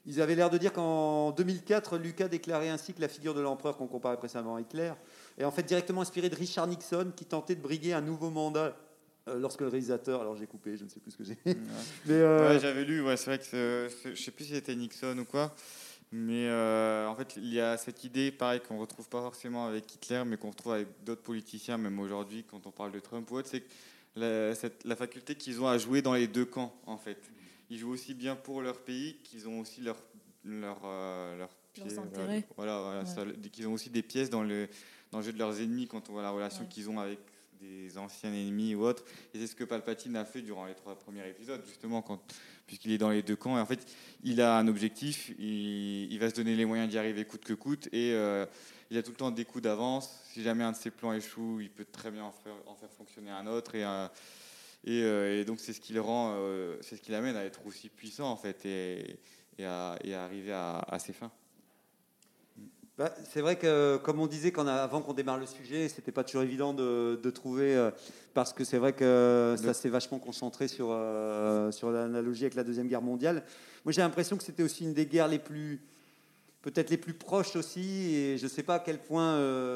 Ils avaient l'air de dire qu'en 2004, Lucas déclarait ainsi que la figure de l'empereur qu'on comparait précédemment à Hitler est en fait directement inspirée de Richard Nixon qui tentait de briguer un nouveau mandat lorsque le réalisateur... Alors j'ai coupé, je ne sais plus ce que j'ai... Ouais. Mais, Ouais, j'avais lu, ouais, c'est vrai que je ne sais plus si c'était Nixon ou quoi, mais en fait il y a cette idée, pareil, qu'on ne retrouve pas forcément avec Hitler, mais qu'on retrouve avec d'autres politiciens, même aujourd'hui, quand on parle de Trump ou autre, c'est que la faculté qu'ils ont à jouer dans les deux camps, en fait. Ils jouent aussi bien pour leur pays qu'ils ont aussi leurs intérêts. Voilà, ouais. Qu'ils ont aussi des pièces dans le jeu de leurs ennemis quand on voit la relation qu'ils ont avec des anciens ennemis ou autres. Et c'est ce que Palpatine a fait durant les 3 premiers épisodes, justement, puisqu'il est dans les deux camps. Et en fait, il a un objectif, il va se donner les moyens d'y arriver coûte que coûte. Et il a tout le temps des coups d'avance. Si jamais un de ses plans échoue, il peut très bien en faire fonctionner un autre. Et donc c'est ce qui le rend, c'est ce qui l'amène à être aussi puissant en fait et à arriver à ses fins. Bah, c'est vrai que, comme on disait avant qu'on démarre le sujet, c'était pas toujours évident de trouver, parce que c'est vrai que ça s'est vachement concentré sur l'analogie avec la Deuxième Guerre mondiale. Moi, j'ai l'impression que c'était aussi une des guerres peut-être les plus proches aussi, et je ne sais pas à quel point,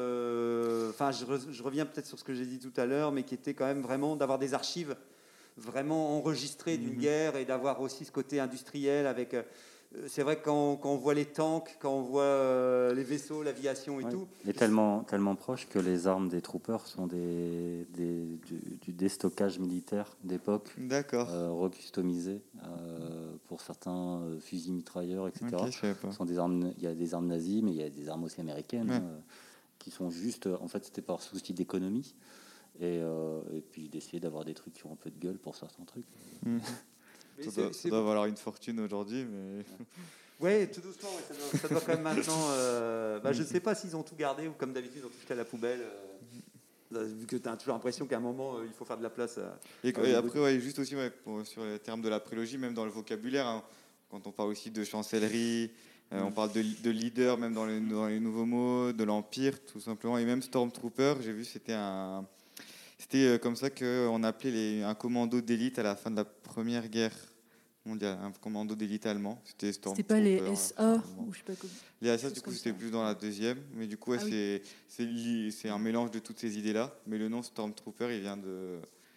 je reviens peut-être sur ce que j'ai dit tout à l'heure, mais qui était quand même vraiment d'avoir des archives vraiment enregistrées d'une guerre et d'avoir aussi ce côté industriel avec... c'est vrai que quand on voit les tanks, quand on voit les vaisseaux, l'aviation et tout... Il est tellement proche que les armes des troopers sont du déstockage militaire d'époque, recustomisé pour certains fusils mitrailleurs, etc. Il y a des armes nazies, mais il y a des armes aussi américaines qui sont juste... En fait, c'était par souci d'économie et puis d'essayer d'avoir des trucs qui ont un peu de gueule pour certains trucs. Ça doit valoir une fortune aujourd'hui, mais... Oui, tout doucement, ça doit quand même maintenant... je ne sais pas s'ils ont tout gardé ou comme d'habitude, ils ont tout jeté à la poubelle. Vu que tu as toujours l'impression qu'à un moment, il faut faire de la place. Et après, juste aussi sur les termes de la prélogie, même dans le vocabulaire, hein, quand on parle aussi de chancellerie, on parle de leader, même dans les nouveaux mots, de l'Empire, tout simplement, et même Stormtrooper, j'ai vu, c'était comme ça qu'on appelait un commando d'élite à la fin de la Première Guerre mondiale, un commando d'élite allemand. C'était pas les SA ou je sais pas comment. Les SA, du coup, c'était plus dans la deuxième, mais du coup, c'est un mélange de toutes ces idées-là. Mais le nom Stormtrooper, il vient de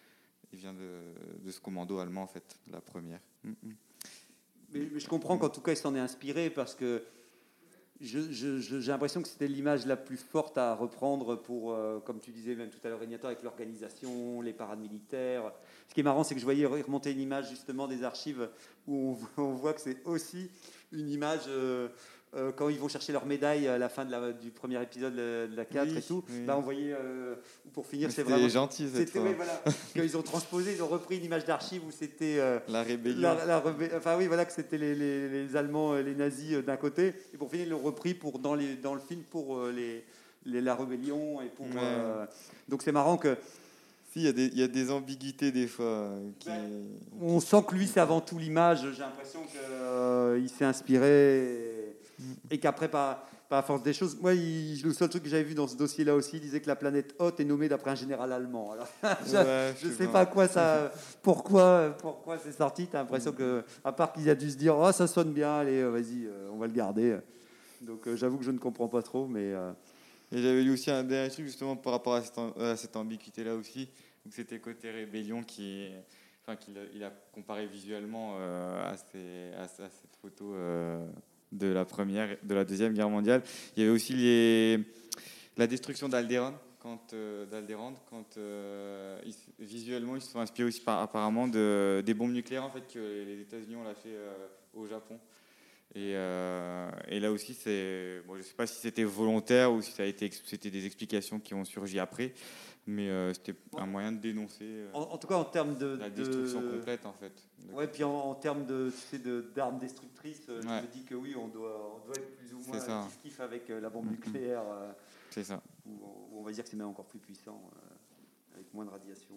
ce commando allemand, en fait, de la première. Mais je comprends qu'en tout cas, il s'en est inspiré parce que j'ai l'impression que c'était l'image la plus forte à reprendre pour, comme tu disais même tout à l'heure, Régnator, avec l'organisation, les parades militaires. Ce qui est marrant, c'est que je voyais remonter une image justement des archives où on voit que c'est aussi une image quand ils vont chercher leur médaille à la fin du premier épisode de la 4 et tout. Oui. On voyait, pour finir, c'est vraiment... C'était gentil cette fois. Voilà, ils ont transposé, ils ont repris une image d'archive où c'était... la rébellion. Que c'était les Allemands, les nazis d'un côté, et pour finir, ils l'ont repris dans le film pour la rébellion. Et pour, donc c'est marrant que... Si, il y a des ambiguïtés des fois. On sent que lui, c'est avant tout l'image. J'ai l'impression qu'il s'est inspiré et qu'après, pas à force des choses. Moi, le seul truc que j'avais vu dans ce dossier-là aussi, il disait que la planète Hoth est nommée d'après un général allemand. Alors, je ne sais pas quoi ça, pourquoi c'est sorti. Tu as l'impression que, à part qu'il a dû se dire, ça sonne bien, allez, vas-y, on va le garder. Donc, j'avoue que je ne comprends pas trop, mais. Et j'avais lu aussi un dernier truc justement par rapport à cette ambiguïté-là aussi. Donc, c'était côté rébellion qu'il a comparé visuellement à cette photo de la Deuxième Guerre mondiale. Il y avait aussi la destruction d'Alderaan, quand visuellement ils se sont inspirés aussi apparemment des bombes nucléaires en fait que les États-Unis ont lâchées au Japon. Et là aussi, je ne sais pas si c'était volontaire ou si c'était des explications qui ont surgi après, mais c'était un moyen de dénoncer en tout cas en termes de la destruction complète en fait. Ouais, puis en termes d'armes destructrices, je me dis que oui, on doit être plus ou moins kiff avec la bombe nucléaire. C'est ça. Où on va dire que c'est même encore plus puissant, avec moins de radiation.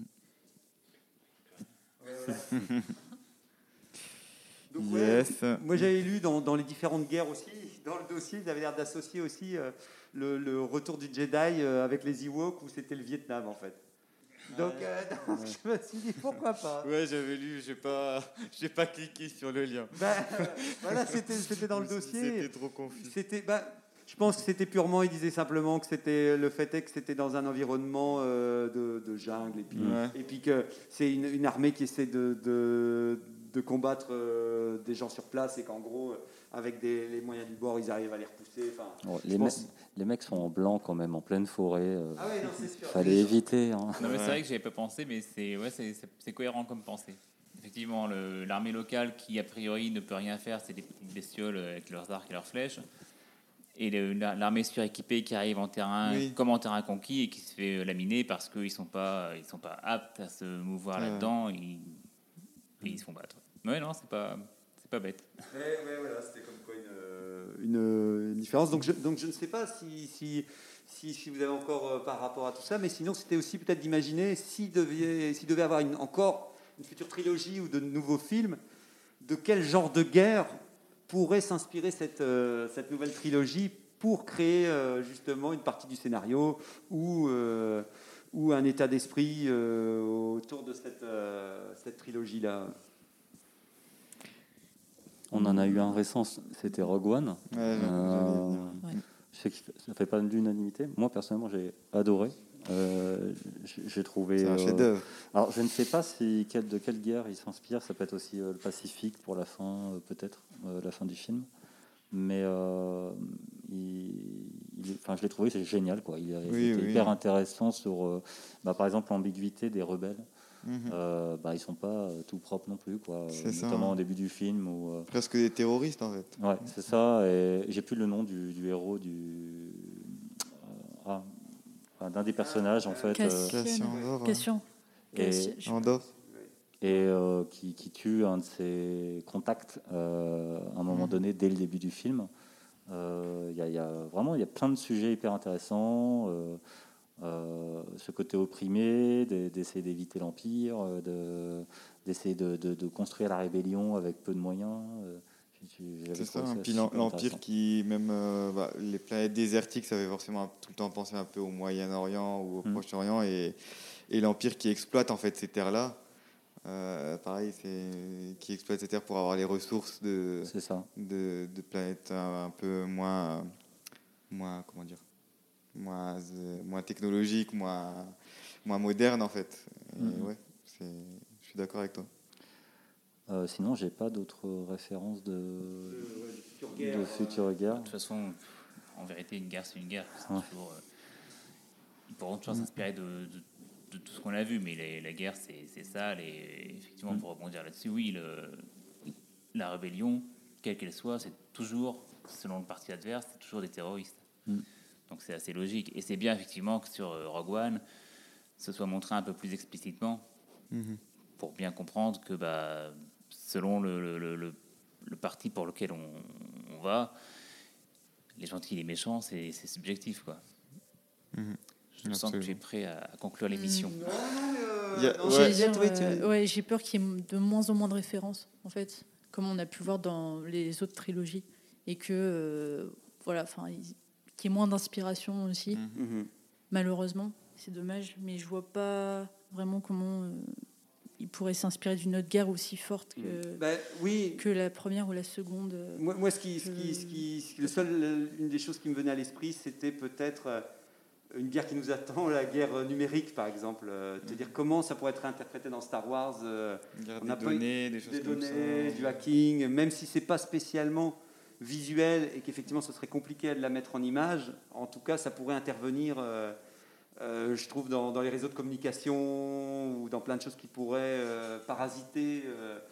Donc, moi j'avais lu dans les différentes guerres aussi, dans le dossier, ils avaient l'air d'associer aussi le retour du Jedi avec les Ewoks, où c'était le Vietnam en fait. Donc, je me suis dit pourquoi pas. Ouais, j'avais lu, j'ai pas cliqué sur le lien. Voilà, c'était dans le dossier. C'était trop confus. Je pense que c'était purement, il disait simplement que c'était le fait est que c'était dans un environnement de jungle et puis que c'est une armée qui essaie de combattre des gens sur place et qu'en gros avec les moyens du bord ils arrivent à les repousser. Les mecs sont en blanc quand même en pleine forêt. Ah ouais, non, c'est sûr. Fallait éviter. Hein. Non, mais c'est vrai que j'avais pas pensé, mais c'est cohérent comme pensée. Effectivement, l'armée locale qui a priori ne peut rien faire, c'est des petites bestioles avec leurs arcs et leurs flèches. Et l'armée suréquipée qui arrive en terrain, comme en terrain conquis, et qui se fait laminer parce qu'ils sont pas aptes à se mouvoir là-dedans et ils se font battre. Ouais, non, c'est pas bête. Ouais, voilà, c'était comme quoi une différence. Donc je ne sais pas si vous avez encore par rapport à tout ça, mais sinon c'était aussi peut-être d'imaginer s'il devait avoir encore une future trilogie ou de nouveaux films, de quel genre de guerre pourrait s'inspirer cette nouvelle trilogie pour créer justement une partie du scénario ou un état d'esprit autour de cette trilogie-là. On en a eu un récent, c'était Rogue One. Je sais que ça ne fait pas l'unanimité. Moi, personnellement, j'ai adoré. J'ai trouvé... C'est un chef-d'œuvre. Alors, je ne sais pas de quelle guerre il s'inspire. Ça peut être aussi le Pacifique pour la fin, peut-être, la fin du film. Mais je l'ai trouvé, c'est génial, quoi. Il était hyper intéressant sur, par exemple, l'ambiguïté des rebelles. Ils sont pas tout propres non plus, quoi. Notamment au début du film où, presque des terroristes en fait. Ouais, c'est ça. Et j'ai plus le nom du héros d'un des personnages en fait. Cassian. Andorre. Et qui tue un de ses contacts à un moment donné dès le début du film. Il y a plein de sujets hyper intéressants. Ce côté opprimé, d'essayer d'éviter l'Empire, d'essayer de construire la rébellion avec peu de moyens. C'est ça, puis l'Empire qui, même les planètes désertiques, ça fait forcément tout le temps penser un peu au Moyen-Orient ou au Proche-Orient, et l'Empire qui exploite en fait ces terres-là. Pareil, qui exploite ces terres pour avoir les ressources de planètes un peu moins comment dire, moins technologique, moins moderne en fait. Et je suis d'accord avec toi. Sinon, j'ai pas d'autres références de future guerre. De toute façon, en vérité, une guerre, c'est une guerre. Ils pourront toujours s'inspirer de tout ce qu'on a vu, mais la guerre, c'est ça. Effectivement, pour rebondir là-dessus, la rébellion, quelle qu'elle soit, c'est toujours, selon le parti adverse, c'est toujours des terroristes. Donc c'est assez logique. Et c'est bien effectivement que sur Rogue One, ce soit montré un peu plus explicitement pour bien comprendre que selon le parti pour lequel on va, les gentils et les méchants, c'est subjectif, quoi. Je sens que tu es prêt à conclure l'émission. J'ai peur qu'il y ait de moins en moins de références, en fait, comme on a pu voir dans les autres trilogies, et que qu'il y ait moins d'inspiration aussi. Malheureusement, c'est dommage, mais je vois pas vraiment comment il pourrait s'inspirer d'une autre guerre aussi forte que la première ou la seconde. Moi, une des choses qui me venait à l'esprit, c'était peut-être une guerre qui nous attend, la guerre numérique, par exemple. Te dire comment ça pourrait être interprété dans Star Wars. On a des données, du hacking, même si c'est pas spécialement visuel et qu'effectivement ce serait compliqué de la mettre en image. En tout cas, ça pourrait intervenir, je trouve, dans les réseaux de communication ou dans plein de choses qui pourraient parasiter.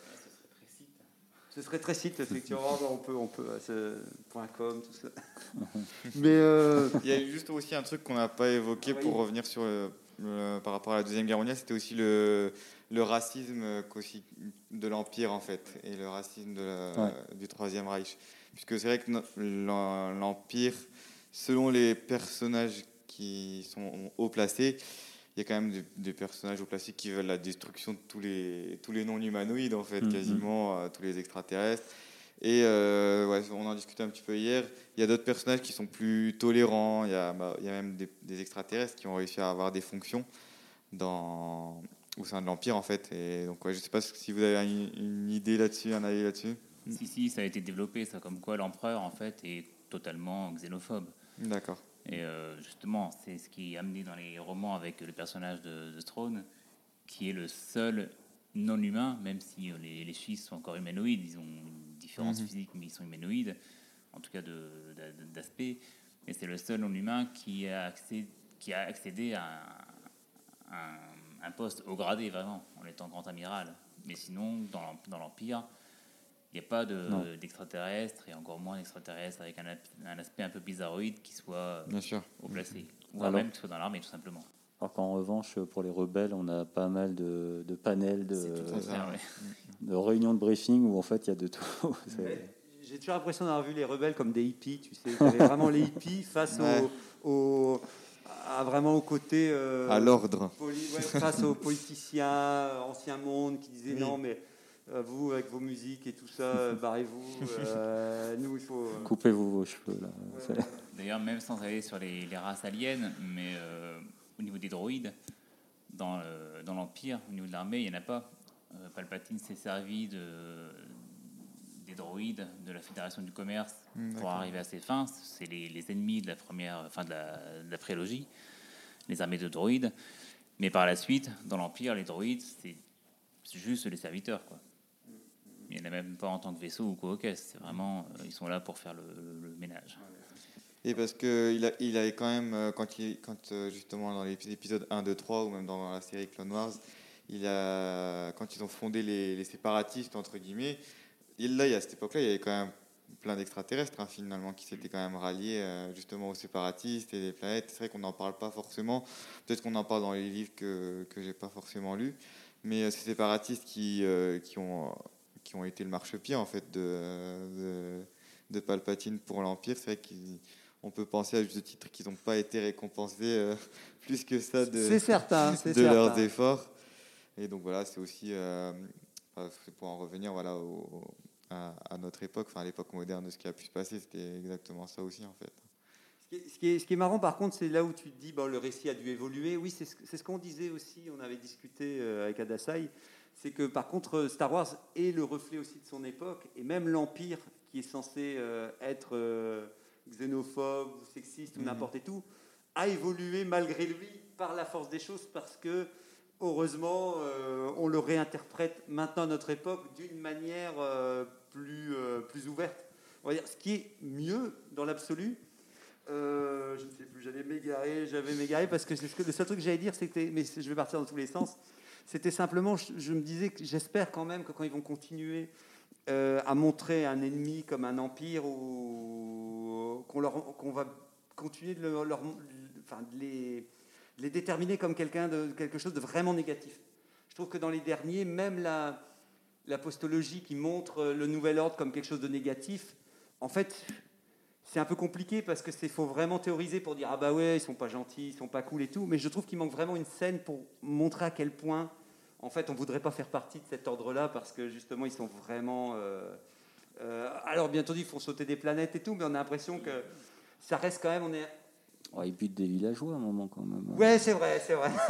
Ce serait très site, effectivement. On peut .com, tout ça. Mais il y a juste aussi un truc qu'on n'a pas évoqué pour revenir sur par rapport à la Deuxième Guerre mondiale, c'était aussi le racisme de l'Empire, en fait, et le racisme du Troisième Reich. Puisque c'est vrai que l'Empire, selon les personnages qui sont haut placés, il y a quand même des personnages haut placés qui veulent la destruction de tous les non-humanoïdes, en fait, quasiment tous les extraterrestres. Et on en discutait un petit peu hier. Il y a d'autres personnages qui sont plus tolérants. Il y a même des extraterrestres qui ont réussi à avoir des fonctions. au sein de l'Empire, en fait. Et donc, je ne sais pas si vous avez une idée là-dessus, un avis là-dessus. Si, ça a été développé, ça, comme quoi l'empereur, en fait, est totalement xénophobe. D'accord. Et justement, c'est ce qui est amené dans les romans avec le personnage de Throne, qui est le seul non-humain, même si les Suisses sont encore humanoïdes, ils ont une différence physique, mais ils sont humanoïdes, en tout cas d'aspect. Mais c'est le seul non-humain qui a accédé à un poste haut gradé, vraiment, en étant grand amiral. Mais sinon, dans l'Empire, il n'y a pas d'extraterrestres, et encore moins d'extraterrestres avec un aspect un peu bizarroïde qui soit haut placé. Ou même qui soit dans l'armée, tout simplement. Alors qu'en revanche, pour les rebelles, on a pas mal de panels, de réunions de briefing où en fait il y a de tout. J'ai toujours l'impression d'avoir vu les rebelles comme des hippies, tu sais. Il y avait vraiment les hippies face vraiment au côté... à l'ordre. Face aux politiciens, ancien monde, qui disaient non, mais vous, avec vos musiques et tout ça, barrez-vous. Nous, il faut... Coupez-vous vos cheveux, là. D'ailleurs, même sans aller sur les races aliens, mais au niveau des droïdes, dans l'Empire, au niveau de l'armée, il n'y en a pas. Palpatine s'est servi des droïdes de la Fédération du Commerce pour arriver à ses fins. C'est les ennemis de la première, de la prélogie, les armées de droïdes. Mais par la suite, dans l'Empire, les droïdes, c'est juste les serviteurs, quoi. Il n'y en a même pas en tant que vaisseau ou co-caisse. C'est vraiment, ils sont là pour faire le ménage. Et parce qu'il il avait quand même, quand justement dans les épisodes 1, 2, 3, ou même dans la série Clone Wars, quand ils ont fondé les séparatistes, entre guillemets, à cette époque-là, il y avait quand même plein d'extraterrestres, finalement, qui s'étaient quand même ralliés justement aux séparatistes et des planètes. C'est vrai qu'on n'en parle pas forcément. Peut-être qu'on en parle dans les livres que je n'ai pas forcément lus. Mais ces séparatistes qui ont été le marchepied, en fait, de Palpatine pour l'Empire, c'est vrai qu'on peut penser à juste titre qu'ils n'ont pas été récompensés plus que ça de leurs efforts. Et donc voilà, c'est aussi, c'est pour en revenir à notre époque, à l'époque moderne de ce qui a pu se passer, c'était exactement ça aussi, en fait. Ce qui est marrant, par contre, c'est là où tu te dis, le récit a dû évoluer. Oui, c'est ce qu'on disait aussi, on avait discuté avec Adasai, c'est que par contre, Star Wars est le reflet aussi de son époque, et même l'Empire, qui est censé être xénophobe ou sexiste ou n'importe et tout, a évolué malgré lui par la force des choses, parce que heureusement, on le réinterprète maintenant à notre époque d'une manière plus ouverte. On va dire, ce qui est mieux dans l'absolu. Je ne sais plus, j'avais m'égaré parce que le seul truc que j'allais dire, c'était, mais je vais partir dans tous les sens, c'était simplement, je me disais que j'espère quand même que quand ils vont continuer à montrer un ennemi comme un empire, ou qu'on va continuer de les déterminer comme quelque chose de vraiment négatif. Je trouve que dans les derniers, même la postologie qui montre le nouvel ordre comme quelque chose de négatif, en fait, c'est un peu compliqué parce que faut vraiment théoriser pour dire ah bah ouais, ils sont pas gentils, ils sont pas cool et tout, mais je trouve qu'il manque vraiment une scène pour montrer à quel point en fait on voudrait pas faire partie de cet ordre-là, parce que justement ils sont vraiment alors bien entendu ils font sauter des planètes et tout, mais on a l'impression que ça reste quand même, ils butent des villageois à un moment quand même. Ouais, c'est vrai.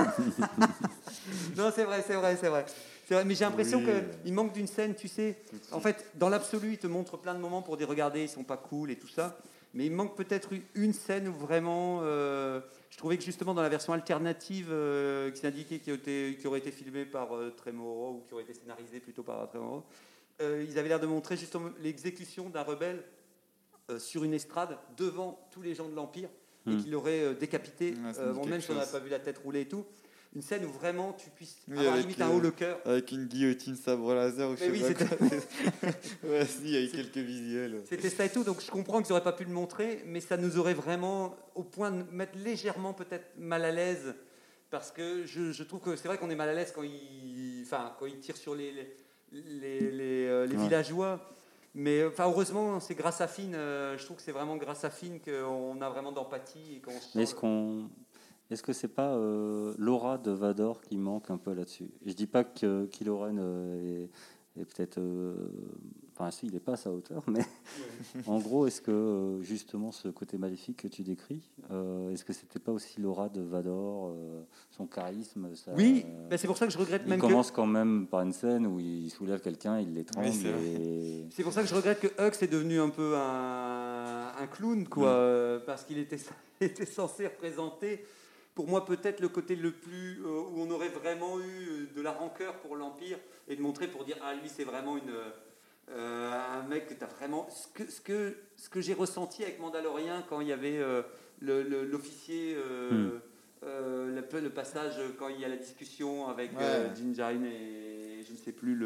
Non, c'est vrai. Mais j'ai l'impression qu'il manque d'une scène, tu sais. En fait, dans l'absolu, il te montre plein de moments pour dire regardez, ils sont pas cool et tout ça. Mais il manque peut-être une scène où vraiment. Je trouvais que justement dans la version alternative qui s'indiquait qui aurait été filmée par Trevorrow, ou qui aurait été scénarisée plutôt par Trevorrow, ils avaient l'air de montrer justement l'exécution d'un rebelle sur une estrade devant tous les gens de l'Empire. Et qu'il l'aurait décapité, même si on n'avait pas vu la tête rouler et tout. Une scène où vraiment tu puisses avoir limite un haut le cœur. Avec une guillotine sabre laser. Il y a eu quelques visuels. C'était ça et tout, donc je comprends qu'ils n'auraient pas pu le montrer, mais ça nous aurait vraiment, au point de mettre légèrement peut-être mal à l'aise, parce que je trouve que c'est vrai qu'on est mal à l'aise quand ils tirent sur les villageois. Mais heureusement, c'est grâce à Finn. Je trouve que c'est vraiment grâce à Finn qu'on a vraiment d'empathie et qu'on se sent. Est-ce que c'est pas l'aura de Vador qui manque un peu là-dessus? Je dis pas que Kylo Ren est peut-être. enfin si, il n'est pas à sa hauteur, mais en gros, est-ce que justement ce côté maléfique que tu décris, est-ce que c'était pas aussi l'aura de Vador, son charisme ça, Oui, c'est pour ça que je regrette il même commence quand même par une scène où il soulève quelqu'un, il l'étrangle. Oui, c'est pour ça que je regrette que Hux est devenu un peu un clown, quoi, parce qu'il était censé représenter, pour moi, peut-être le côté le plus où on aurait vraiment eu de la rancœur pour l'Empire et de montrer pour dire lui c'est vraiment un mec que tu as vraiment ce que j'ai ressenti avec Mandalorian quand il y avait l'officier le passage quand il y a la discussion avec Din Djarin et je ne sais plus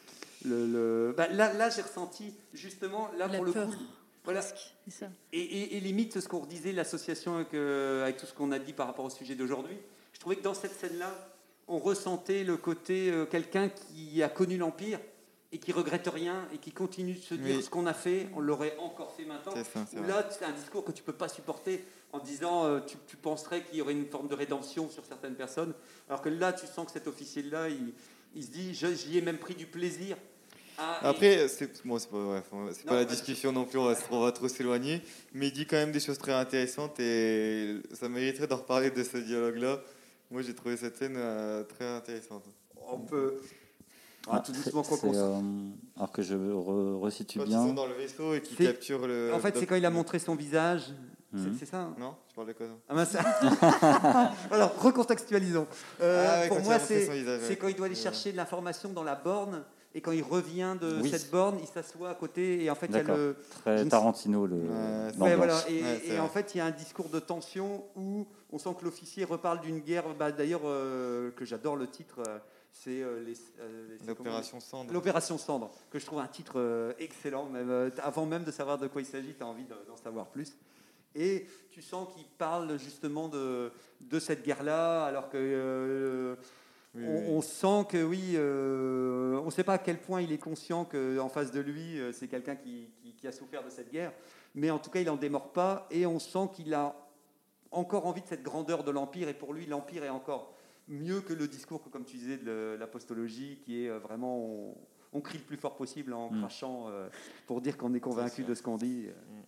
là j'ai ressenti justement là La pour le peur. coup voilà. C'est ça. Et limite, ce qu'on redisait, l'association avec tout ce qu'on a dit par rapport au sujet d'aujourd'hui, je trouvais que dans cette scène-là, on ressentait le côté quelqu'un qui a connu l'Empire et qui regrette rien et qui continue de se dire ce qu'on a fait, on l'aurait encore fait maintenant. Ou là, c'est un discours que tu peux pas supporter en disant tu penserais qu'il y aurait une forme de rédemption sur certaines personnes, alors que là, tu sens que cet officier-là, il se dit j'y ai même pris du plaisir. Après, c'est pas la discussion non plus, on va trop s'éloigner, mais il dit quand même des choses très intéressantes et ça mériterait d'en reparler de ce dialogue-là. Moi, j'ai trouvé cette scène très intéressante. On peut... tout doucement, alors que je resitue quand bien. Ils sont dans le vaisseau et qu'ils capturent le... En fait, c'est quand il a montré son visage. C'est ça, hein? Non, tu parles de quoi? Alors, recontextualisons. Pour moi, c'est quand il doit aller Ouais. chercher de l'information dans la borne. Et quand il revient de cette borne, il s'assoit à côté et en fait il y a le très Tarantino voilà. Et en fait il y a un discours de tension où on sent que l'officier reparle d'une guerre. D'ailleurs que j'adore le titre, c'est l'opération Cendre. L'opération Cendre, que je trouve un titre excellent. Même avant même de savoir de quoi il s'agit, tu as envie d'en savoir plus. Et tu sens qu'il parle justement de cette guerre-là, alors que on sent que on ne sait pas à quel point il est conscient qu'en face de lui, c'est quelqu'un qui a souffert de cette guerre, mais en tout cas, il n'en démord pas, et on sent qu'il a encore envie de cette grandeur de l'Empire, et pour lui, l'Empire est encore mieux que le discours, comme tu disais, de l'apostologie, qui est vraiment... On crie le plus fort possible en crachant pour dire qu'on est convaincu de ce qu'on dit.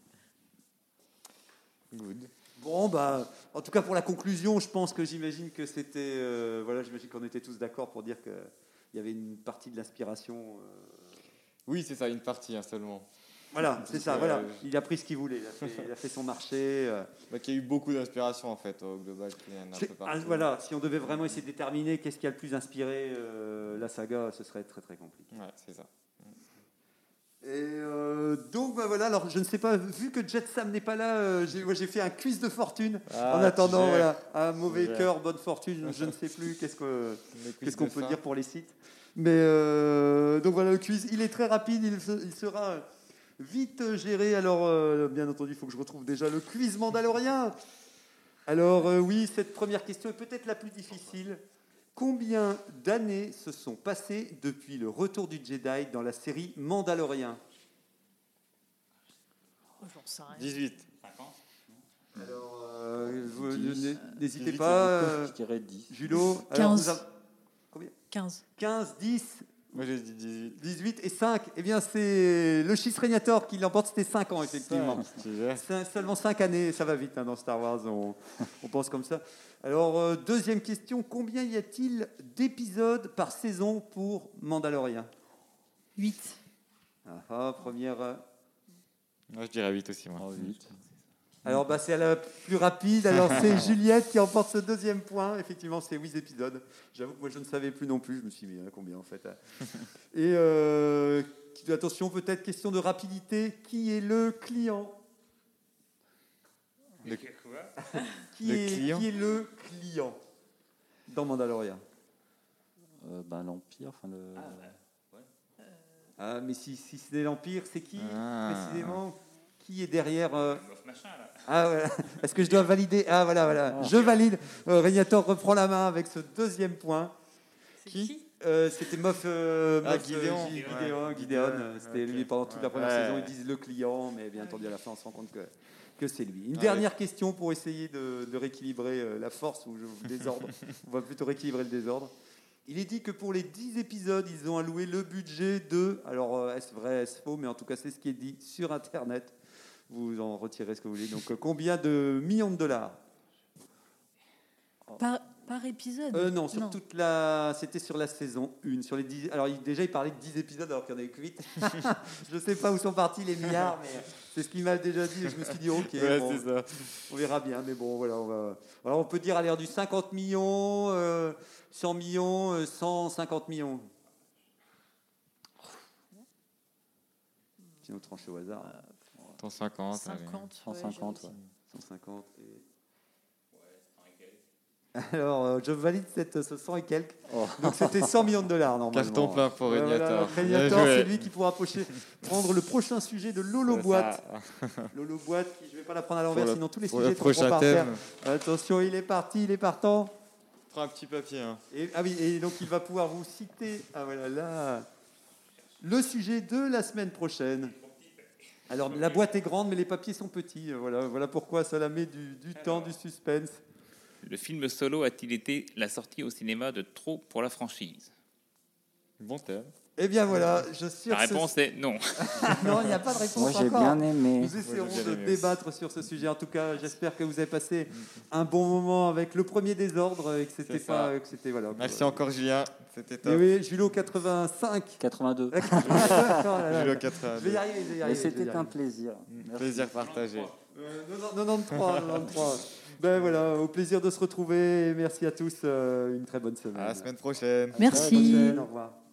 Good. Bon, en tout cas pour la conclusion, je pense que j'imagine que c'était... j'imagine qu'on était tous d'accord pour dire qu'il y avait une partie de l'inspiration. Oui, c'est ça, une partie seulement. Voilà, c'est ça, voilà. Il a pris ce qu'il voulait, il a fait son marché. Qu'il y a eu beaucoup d'inspiration en fait, au global. Voilà, si on devait vraiment essayer de déterminer qu'est-ce qui a le plus inspiré la saga, ce serait très très compliqué. Ouais, c'est ça. Et donc voilà, alors je ne sais pas, vu que Jet Sam n'est pas là, j'ai fait un quiz de fortune en attendant, un mauvais cœur, bonne fortune, je ne sais plus qu'est-ce qu'on peut dire pour les sites. Mais donc voilà, le quiz, il est très rapide, il sera vite géré. Alors bien entendu, il faut que je retrouve déjà le quiz Mandalorian. Alors oui, cette première question est peut-être la plus difficile. Combien d'années se sont passées depuis le retour du Jedi dans la série Mandalorian? J'en sais rien. 18. 5 ans. Alors, n'hésitez pas. Je dirais 10. Julo. 15. Combien? 15. 15, 10. Moi j'ai dit 18. 18 et 5. Eh bien, c'est le Chiss Régnator qui l'emporte. C'était 5 ans, effectivement. Seulement 5 années. Ça va vite dans Star Wars. On pense comme ça. Alors, deuxième question. Combien y a-t-il d'épisodes par saison pour Mandalorian? 8. Première. Moi je dirais 8 aussi. Moi. 8. Alors, c'est la plus rapide. Alors, c'est Juliette qui emporte ce deuxième point. Effectivement, c'est 8 épisodes. J'avoue que moi, je ne savais plus non plus. Je me suis dit, mais combien en fait? Et attention, peut-être question de rapidité. Qui est le client? Qui est le client dans Mandalorian? L'Empire. Mais si c'est l'Empire, c'est qui précisément? Qui est derrière voilà. Est-ce que je dois valider? Voilà. Je valide. Régnator reprend la main avec ce deuxième point. Qui C'était Gideon. C'était lui pendant toute la première saison. Ils disent le client, mais bien entendu à la fin on se rend compte que c'est lui. Une dernière question pour essayer de rééquilibrer la force ou le désordre. On va plutôt rééquilibrer le désordre. Il est dit que pour les 10 épisodes, ils ont alloué le budget de... Alors, est-ce vrai, est-ce faux? Mais en tout cas, c'est ce qui est dit sur Internet. Vous en retirez ce que vous voulez. Donc, combien de millions de dollars? Par épisode? Non, sur toute la... C'était sur la saison 1. Sur les 10... Alors, déjà, il parlait de 10 épisodes alors qu'il y en avait que 8. Je ne sais pas où sont partis les milliards, mais c'est ce qu'il m'a déjà dit. Et je me suis dit, OK, Ouais, bon, c'est ça. on verra bien. Mais bon, voilà, on peut dire à l'air du 50 millions, 100 millions, 150 millions. Sinon, tranche au hasard. 150. 50. 150, ouais. 150 et... Alors, je valide ce 100 et quelques. Oh. Donc, c'était 100 millions de dollars, normalement. Carton plein pour Régnator. Régnator, c'est lui qui pourra prendre le prochain sujet de Lolo Boîte. Lolo Boîte, je ne vais pas la prendre à l'envers, sinon tous les sujets prochain par terre. thème. Attention, il est parti, il est partant. Prends un petit papier. Hein. Et donc, il va pouvoir vous citer le sujet de la semaine prochaine. Alors, la boîte est grande, mais les papiers sont petits. Voilà pourquoi ça la met du temps, du suspense. Le film Solo a-t-il été la sortie au cinéma de trop pour la franchise? Bon thème. Eh bien voilà, La réponse est non. Non, il n'y a pas de réponse Moi, j'ai encore. bien aimé. Nous essaierons de débattre sur ce sujet. En tout cas, j'espère que vous avez passé un bon moment avec le premier désordre et que c'était pas... Que c'était, voilà, Merci encore, Julien. C'était top. Et oui, Julo 85. 82. Julien 80. Je vais y arriver. Et c'était un plaisir. Plaisir partagé. 93. Ben voilà, au plaisir de se retrouver. Merci à tous. Une très bonne semaine. À la semaine prochaine. Merci. À la prochaine, au revoir.